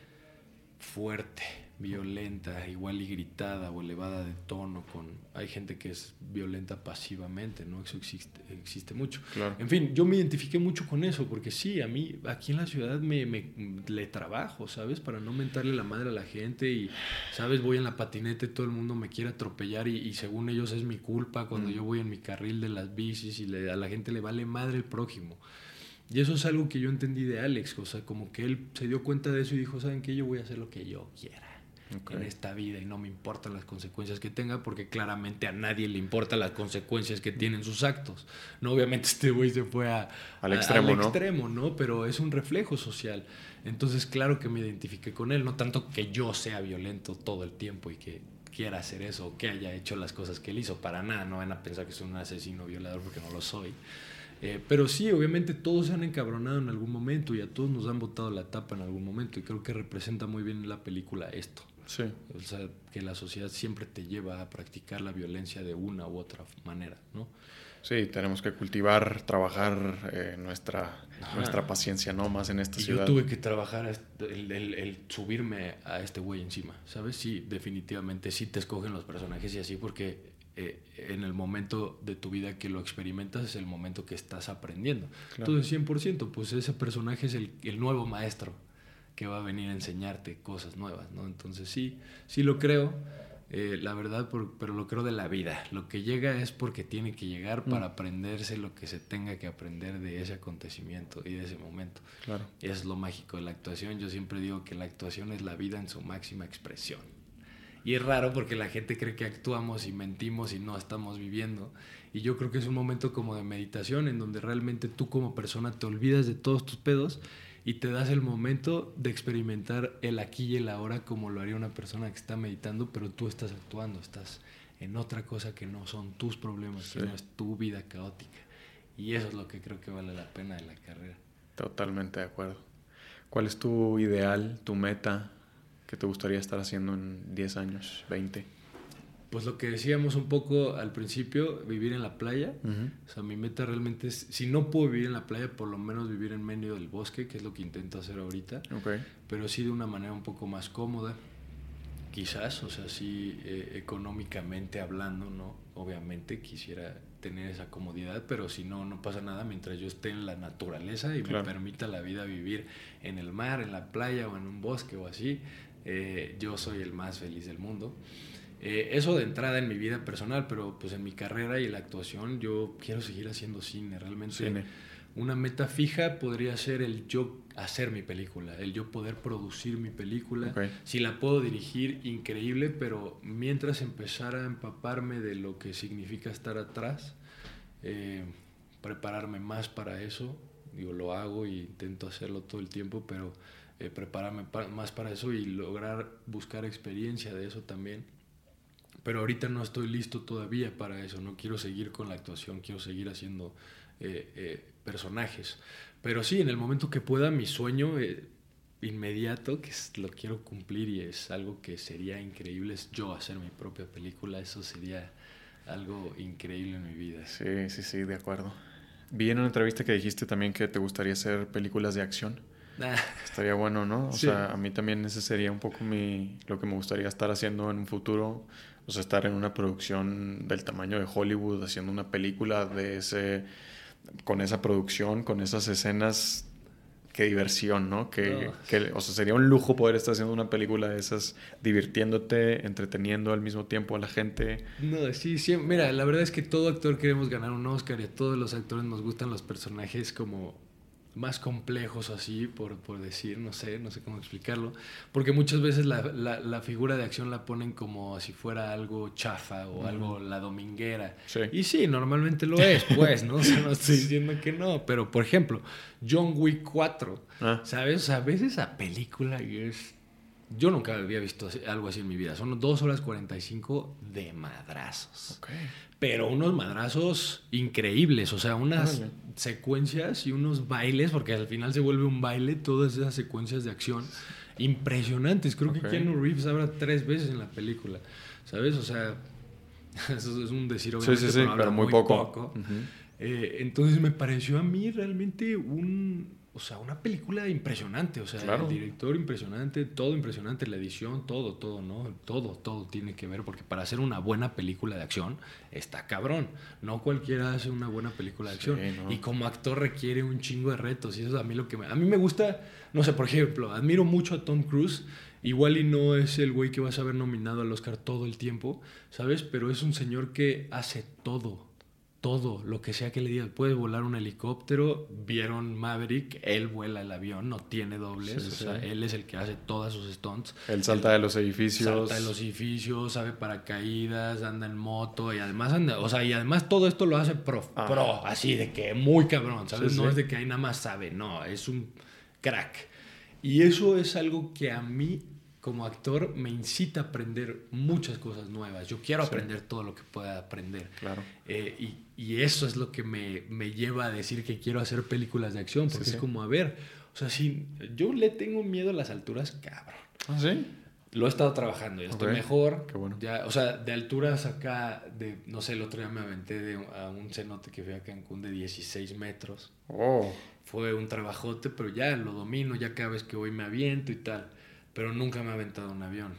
fuerte, violenta, igual y gritada o elevada de tono. Con hay gente que es violenta pasivamente, ¿no? Eso existe, existe mucho. Claro. En fin, yo me identifiqué mucho con eso, porque sí, a mí aquí en la ciudad me, me le trabajo, ¿sabes? Para no mentarle la madre a la gente y, ¿sabes? Voy en la patineta y todo el mundo me quiere atropellar y, y según ellos es mi culpa cuando mm. yo voy en mi carril de las bicis y le, a la gente le vale madre el prójimo. Y eso es algo que yo entendí de Alex, o sea, como que él se dio cuenta de eso y dijo, ¿saben qué? Yo voy a hacer lo que yo quiera okay. en esta vida y no me importan las consecuencias que tenga, porque claramente a nadie le importan las consecuencias que tienen sus actos. No, obviamente este güey se fue a, al extremo, a, al ¿no? extremo, ¿no? Pero es un reflejo social. Entonces, claro que me identifiqué con él, no tanto que yo sea violento todo el tiempo y que quiera hacer eso o que haya hecho las cosas que él hizo, para nada, no van a pensar que soy un asesino violador porque no lo soy. Eh, pero sí, obviamente todos se han encabronado en algún momento y a todos nos han botado la tapa en algún momento, y creo que representa muy bien la película esto. Sí. O sea, que la sociedad siempre te lleva a practicar la violencia de una u otra manera, ¿no? Sí, tenemos que cultivar, trabajar eh, nuestra, nuestra paciencia, ¿no? Más en esta y ciudad. Yo tuve que trabajar el, el, el subirme a este güey encima, ¿sabes? Sí, definitivamente sí te escogen los personajes y así, porque Eh, en el momento de tu vida que lo experimentas es el momento que estás aprendiendo. Claro. Entonces, cien por ciento, pues ese personaje es el, el nuevo maestro que va a venir a enseñarte cosas nuevas, ¿no? Entonces, sí, sí lo creo, eh, la verdad, por, pero lo creo de la vida. Lo que llega es porque tiene que llegar mm. para aprenderse lo que se tenga que aprender de ese acontecimiento y de ese momento. Claro. Y eso es lo mágico de la actuación. Yo siempre digo que la actuación es la vida en su máxima expresión. Y es raro porque la gente cree que actuamos y mentimos y no estamos viviendo. Y yo creo que es un momento como de meditación en donde realmente tú como persona te olvidas de todos tus pedos y te das el momento de experimentar el aquí y el ahora como lo haría una persona que está meditando, pero tú estás actuando, estás en otra cosa que no son tus problemas, sí. que no es tu vida caótica. Y eso es lo que creo que vale la pena de la carrera. Totalmente de acuerdo. ¿Cuál es tu ideal, tu meta? ¿Qué te gustaría estar haciendo en diez años, veinte? Pues lo que decíamos un poco al principio, vivir en la playa. Uh-huh. O sea, mi meta realmente es, si no puedo vivir en la playa, por lo menos vivir en medio del bosque, que es lo que intento hacer ahorita. Okay. Pero sí de una manera un poco más cómoda, quizás, o sea, sí eh, económicamente hablando, ¿no? Obviamente quisiera tener esa comodidad, pero si no, no pasa nada mientras yo esté en la naturaleza y claro. me permita la vida vivir en el mar, en la playa o en un bosque o así. Eh, yo soy el más feliz del mundo. Eh, eso de entrada en mi vida personal, pero pues en mi carrera y la actuación yo quiero seguir haciendo cine. Realmente cine. Una meta fija podría ser el yo hacer mi película, el yo poder producir mi película. Okay. Si la puedo dirigir, increíble, pero mientras empezar a empaparme de lo que significa estar atrás, eh, prepararme más para eso. Digo, lo hago e intento hacerlo todo el tiempo, pero Eh, prepararme pa- más para eso y lograr buscar experiencia de eso también. Pero ahorita no estoy listo todavía para eso, no quiero seguir con la actuación, quiero seguir haciendo eh, eh, personajes. Pero sí, en el momento que pueda, mi sueño eh, inmediato, que es, lo quiero cumplir y es algo que sería increíble, es yo hacer mi propia película. Eso sería algo increíble en mi vida. Sí, sí, sí, de acuerdo. Vi en una entrevista que dijiste también que te gustaría hacer películas de acción. Ah, Estaría bueno, ¿no? O sí. sea, a mí también ese sería un poco mi, lo que me gustaría estar haciendo en un futuro. O sea, estar en una producción del tamaño de Hollywood, haciendo una película de ese, con esa producción, con esas escenas. Qué diversión, ¿no? Que, Oh. que, o sea, sería un lujo poder estar haciendo una película de esas, divirtiéndote, entreteniendo al mismo tiempo a la gente. No, sí, sí. Mira, la verdad es que todo actor queremos ganar un Oscar y a todos los actores nos gustan los personajes como más complejos así, por, por decir, no sé, no sé cómo explicarlo. Porque muchas veces la, la, la figura de acción la ponen como si fuera algo chafa o Mm. algo la dominguera. Sí. Y sí, normalmente lo es, pues, ¿no? O sea, no estoy diciendo que no. Pero, por ejemplo, John Wick cuatro, Ah. ¿sabes? O sea, ves esa película y es... Yo nunca había visto algo así en mi vida. Son dos horas cuarenta y cinco de madrazos. Ok. Pero unos madrazos increíbles. O sea, unas Órale. secuencias y unos bailes, porque al final se vuelve un baile, todas esas secuencias de acción impresionantes. Creo Ok. que Keanu Reeves habla tres veces en la película. ¿Sabes? O sea, eso es un decir, Sí, obviamente, sí, sí, pero habla pero muy muy poco. poco. Ujú. Eh, entonces me pareció a mí realmente un... O sea, una película impresionante, o sea, Claro. el director impresionante, todo impresionante, la edición, todo, todo, ¿no? Todo, todo tiene que ver, porque para hacer una buena película de acción está cabrón. No cualquiera hace una buena película de Sí, acción. ¿no? Y como actor requiere un chingo de retos, y eso es a mí lo que me... A mí me gusta, no sé, por ejemplo, admiro mucho a Tom Cruise, igual y no es el güey que vas a ver nominado al Oscar todo el tiempo, ¿sabes? Pero es un señor que hace todo. Todo, lo que sea que le digas, puede volar un helicóptero, vieron Maverick, él vuela el avión, no tiene dobles, Sí, o sí. sea, él es el que hace todas sus stunts. Él salta de los edificios. Salta de los edificios, sabe paracaídas, anda en moto y además anda, o sea, y además todo esto lo hace pro, Ah. pro, así de que muy cabrón, ¿sabes? Sí, no sí. es de que ahí nada más sabe, no, es un crack. Y eso es algo que a mí como actor me incita a aprender muchas cosas nuevas. Yo quiero Sí. aprender todo lo que pueda aprender. Claro. Eh, y, y eso es lo que me, me lleva a decir que quiero hacer películas de acción, porque Sí, es sí. como, a ver, o sea, si yo le tengo miedo a las alturas, cabrón. ¿Ah, sí? Lo he estado trabajando, ya estoy Ok, mejor. qué bueno. Ya, o sea, de alturas acá, de, no sé, el otro día me aventé de, a un cenote que fui a Cancún de dieciséis metros. Oh. Fue un trabajote, pero ya lo domino, ya cada vez que voy me aviento y tal. Pero nunca me he aventado un avión.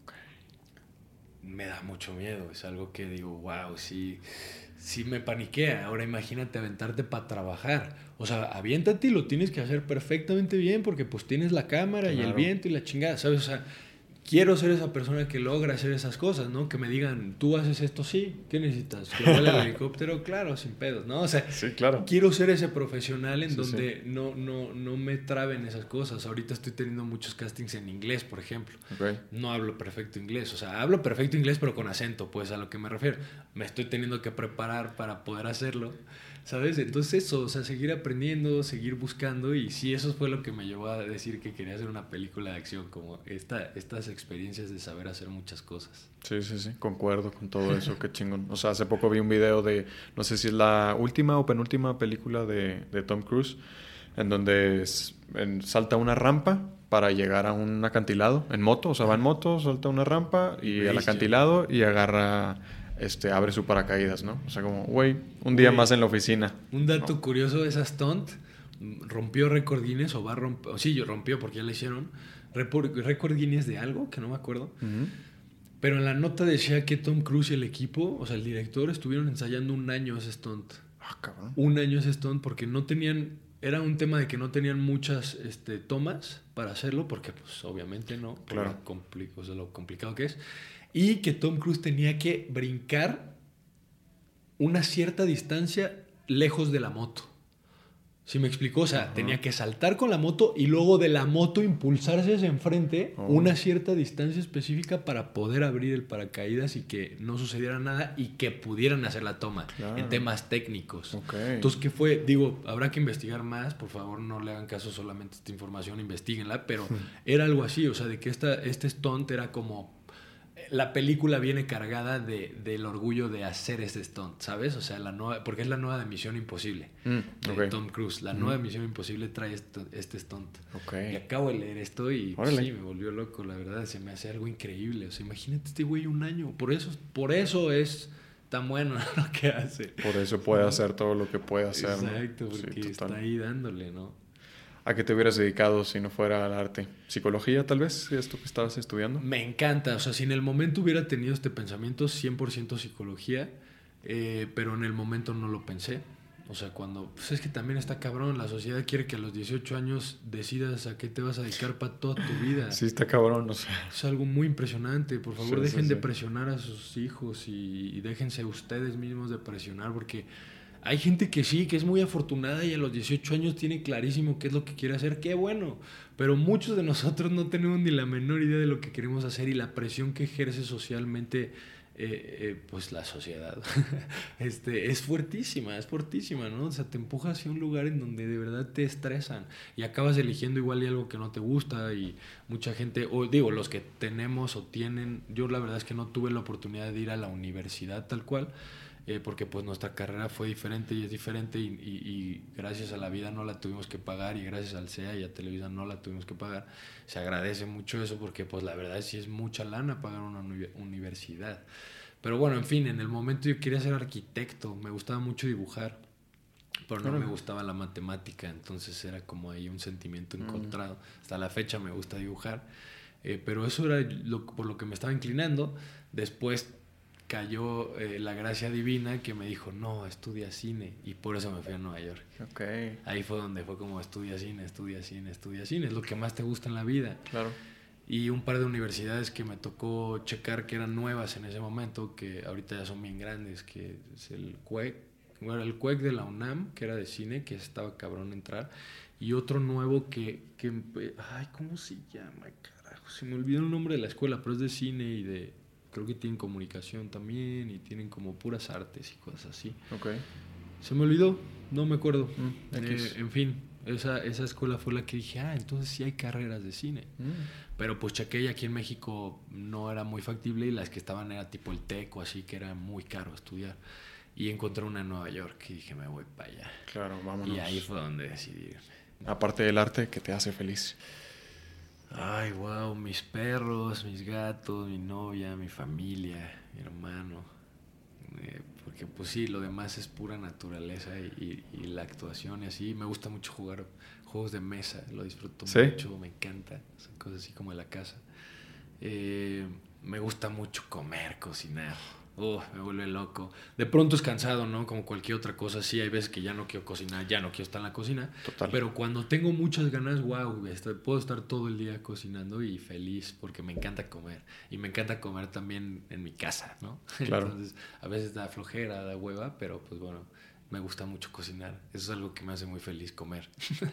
Me da mucho miedo, es algo que digo, wow, sí, sí me paniquea. Ahora imagínate aventarte para trabajar. O sea, aviéntate y lo tienes que hacer perfectamente bien porque pues tienes la cámara y el Claro. viento y la chingada, ¿sabes? O sea, quiero ser esa persona que logra hacer esas cosas, ¿no? Que me digan, tú haces esto, sí, ¿qué necesitas? ¿Que vuele el helicóptero? Claro, sin pedos, ¿no? O sea, Sí, claro. quiero ser ese profesional en Sí, donde No, no, no me traben esas cosas. Ahorita estoy teniendo muchos castings en inglés, por ejemplo. Ok. No hablo perfecto inglés, o sea, hablo perfecto inglés pero con acento, pues a lo que me refiero. Me estoy teniendo que preparar para poder hacerlo, ¿sabes? Entonces eso, o sea, seguir aprendiendo, seguir buscando y sí, eso fue lo que me llevó a decir que quería hacer una película de acción, como esta, estas experiencias de saber hacer muchas cosas. Sí, sí, sí, concuerdo con todo eso, qué chingón. O sea, hace poco vi un video de, no sé si es la última o penúltima película de, de Tom Cruise, en donde es- en- salta una rampa para llegar a un acantilado en moto, o sea, va en moto, salta una rampa y al Bestia. acantilado y agarra, este, abre su paracaídas, ¿no? O sea, como, güey, un día Güey. más en la oficina. Un dato No. curioso de esa stunt, rompió récord Guinness o va a romper, o sí, yo rompió porque ya la hicieron, récord récord Guinness de algo que no me acuerdo. Ujú. Pero en la nota decía que Tom Cruise y el equipo, o sea, el director, estuvieron ensayando un año ese stunt. Ah, cabrón. Un año ese stunt porque no tenían... Era un tema de que no tenían muchas este, tomas para hacerlo, porque pues obviamente no, por Claro. lo, compli- o sea, lo complicado que es. Y que Tom Cruise tenía que brincar una cierta distancia lejos de la moto. ¿Sí me explicó? O sea, Ajá. tenía que saltar con la moto y luego de la moto impulsarse hacia enfrente Oh. una cierta distancia específica para poder abrir el paracaídas y que no sucediera nada y que pudieran hacer la toma Claro. en temas técnicos. Ok. Entonces, ¿qué fue? Digo, habrá que investigar más, por favor, no le hagan caso solamente a esta información, investiguenla, pero era algo así, o sea, de que esta, este stunt era como la película viene cargada de, del orgullo de hacer este stunt, ¿sabes? O sea, la nueva, porque es la nueva de Misión Imposible, mm, de okay. Tom Cruise. La mm. nueva de Misión Imposible trae esto, este stunt. Okay. Y acabo de leer esto y pues, sí, me volvió loco, la verdad. Se me hace algo increíble. O sea, imagínate este güey un año. Por eso, por eso es tan bueno lo que hace. Por eso puede hacer todo lo que puede hacer. Exacto, ¿no? porque Sí, está ahí dándole, ¿no? ¿A qué te hubieras dedicado si no fuera al arte? ¿Psicología tal vez? ¿Esto que estabas estudiando? Me encanta. O sea, si en el momento hubiera tenido este pensamiento, cien por ciento psicología, eh, pero en el momento no lo pensé. O sea, cuando... Pues es que también está cabrón. La sociedad quiere que a los dieciocho años decidas a qué te vas a dedicar para toda tu vida. Sí, está cabrón, o sea. Es algo muy impresionante. Por favor, sí, dejen sí, de sí. presionar a sus hijos y, y déjense ustedes mismos de presionar, porque... Hay gente que sí, que es muy afortunada y a los dieciocho años tiene clarísimo qué es lo que quiere hacer. ¡Qué bueno! Pero muchos de nosotros no tenemos ni la menor idea de lo que queremos hacer y la presión que ejerce socialmente eh, eh, pues la sociedad este, es fuertísima, es fuertísima, ¿no? O sea, te empuja hacia un lugar en donde de verdad te estresan y acabas eligiendo igual y algo que no te gusta y mucha gente, o digo, los que tenemos o tienen, yo la verdad es que no tuve la oportunidad de ir a la universidad tal cual, Eh, porque pues nuestra carrera fue diferente y es diferente y, y, y gracias a la vida no la tuvimos que pagar y gracias al C E A y a Televisa no la tuvimos que pagar. Se agradece mucho eso porque pues la verdad sí es mucha lana pagar una uni- universidad. Pero bueno, en fin, en el momento yo quería ser arquitecto, me gustaba mucho dibujar, pero no me gustaba la matemática, entonces era como ahí un sentimiento encontrado. Mm. Hasta la fecha me gusta dibujar, eh, pero eso era lo, por lo que me estaba inclinando. Después cayó eh, la gracia divina que me dijo, no, estudia cine, y por eso me fui a Nueva York. Okay. Ahí fue donde fue como estudia cine, estudia cine, estudia cine, es lo que más te gusta en la vida. Claro. Y un par de universidades que me tocó checar que eran nuevas en ese momento, que ahorita ya son bien grandes, que es el C U E C, bueno, el C U E C de la UNAM, que era de cine, que estaba cabrón entrar, y otro nuevo que, que ay, ¿cómo se llama? Carajo, se me olvidó el nombre de la escuela, pero es de cine y de... Creo que tienen comunicación también y tienen como puras artes y cosas así. Okay. Se me olvidó, no me acuerdo. Mm, eh, en fin, esa, esa escuela fue la que dije, ah, entonces sí hay carreras de cine. Mm. Pero pues chequé y aquí en México no era muy factible y las que estaban era tipo el TEC o así, que era muy caro estudiar. Y encontré una en Nueva York y dije, me voy para allá. Claro, vámonos. Y ahí fue donde decidí irme. Aparte del arte, ¿qué te hace feliz? Ay, wow, mis perros, mis gatos, mi novia, mi familia, mi hermano. Eh, porque pues sí, lo demás es pura naturaleza y, y, y la actuación y así. Me gusta mucho jugar juegos de mesa, lo disfruto ¿Sí? mucho, me encanta. Son cosas así como de la casa. Eh, me gusta mucho comer, cocinar. Uh, me vuelve loco. De pronto es cansado, ¿no? Como cualquier otra cosa. Sí, hay veces que ya no quiero cocinar, ya no quiero estar en la cocina. Total. Pero cuando tengo muchas ganas, wow, estoy, puedo estar todo el día cocinando y feliz porque me encanta comer. Y me encanta comer también en mi casa, ¿no? Claro. Entonces, a veces da flojera, da hueva, pero pues bueno, me gusta mucho cocinar. Eso es algo que me hace muy feliz, comer.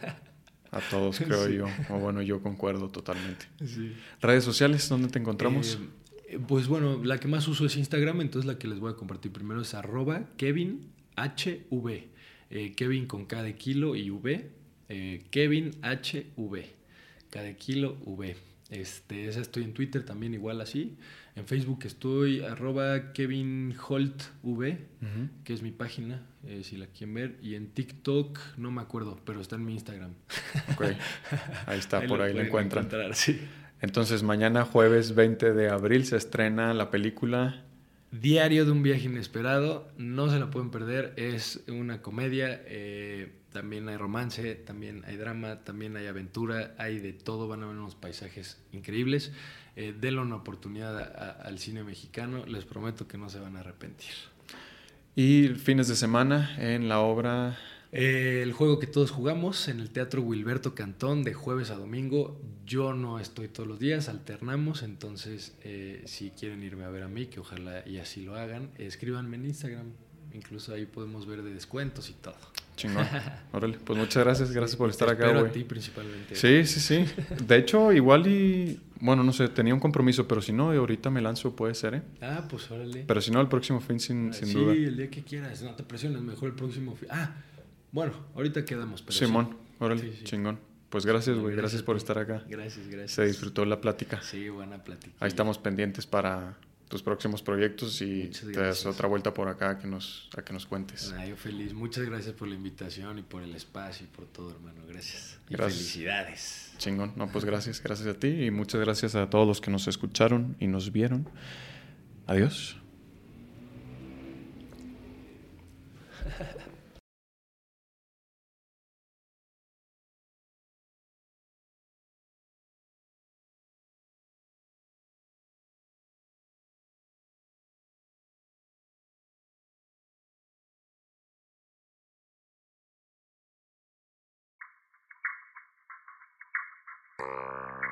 A todos, creo sí. yo. O bueno, yo concuerdo totalmente. Sí. ¿Redes sociales? ¿Dónde te encontramos? Eh, Pues bueno, la que más uso es Instagram, entonces la que les voy a compartir primero es arroba Kevin H V. Eh, Kevin con K de kilo y V. Eh, Kevin H V. K de kilo V. Este, esa estoy en Twitter también igual así. En Facebook estoy arroba Kevin Holt V, uh-huh. que es mi página, eh, si la quieren ver. Y en TikTok no me acuerdo, pero está en mi Instagram. Ok, ahí está, ahí por lo ahí lo encuentran. Sí. Entonces mañana jueves veinte de abril se estrena la película Diario de un viaje inesperado. No se la pueden perder, es una comedia, eh, también hay romance, también hay drama, también hay aventura, hay de todo, van a ver unos paisajes increíbles. Eh, denle una oportunidad a, a, al cine mexicano, les prometo que no se van a arrepentir. Y fines de semana en la obra... Eh, el juego que todos jugamos en el Teatro Wilberto Cantón de jueves a domingo. Yo no estoy todos los días, alternamos, entonces eh, si quieren irme a ver a mí, que ojalá y así lo hagan, eh, escríbanme en Instagram, incluso ahí podemos ver de descuentos y todo. Chingón. Órale, pues muchas gracias, gracias por estar acá, güey. Espero a ti principalmente. Sí, sí, sí. De hecho, igual y... Bueno, no sé, tenía un compromiso, pero si no, ahorita me lanzo, puede ser, ¿eh? Ah, pues órale. Pero si no, el próximo fin sin, ah, sin sí, duda. Sí, el día que quieras, no te presiones, mejor el próximo fin. Ah, bueno, ahorita quedamos. Pero Simón, sí. órale, sí, sí. chingón. Pues gracias, güey, gracias, gracias por estar acá. Gracias, gracias. Se disfrutó la plática. Sí, buena plática. Ahí estamos pendientes para tus próximos proyectos y Muchas te das gracias. otra vuelta por acá a que nos, a que nos cuentes. Nah, yo feliz. Muchas gracias por la invitación y por el espacio y por todo, hermano. Gracias. Y Gracias. felicidades. Chingón. No, pues gracias, gracias a ti y muchas gracias a todos los que nos escucharon y nos vieron. Adiós. Uh...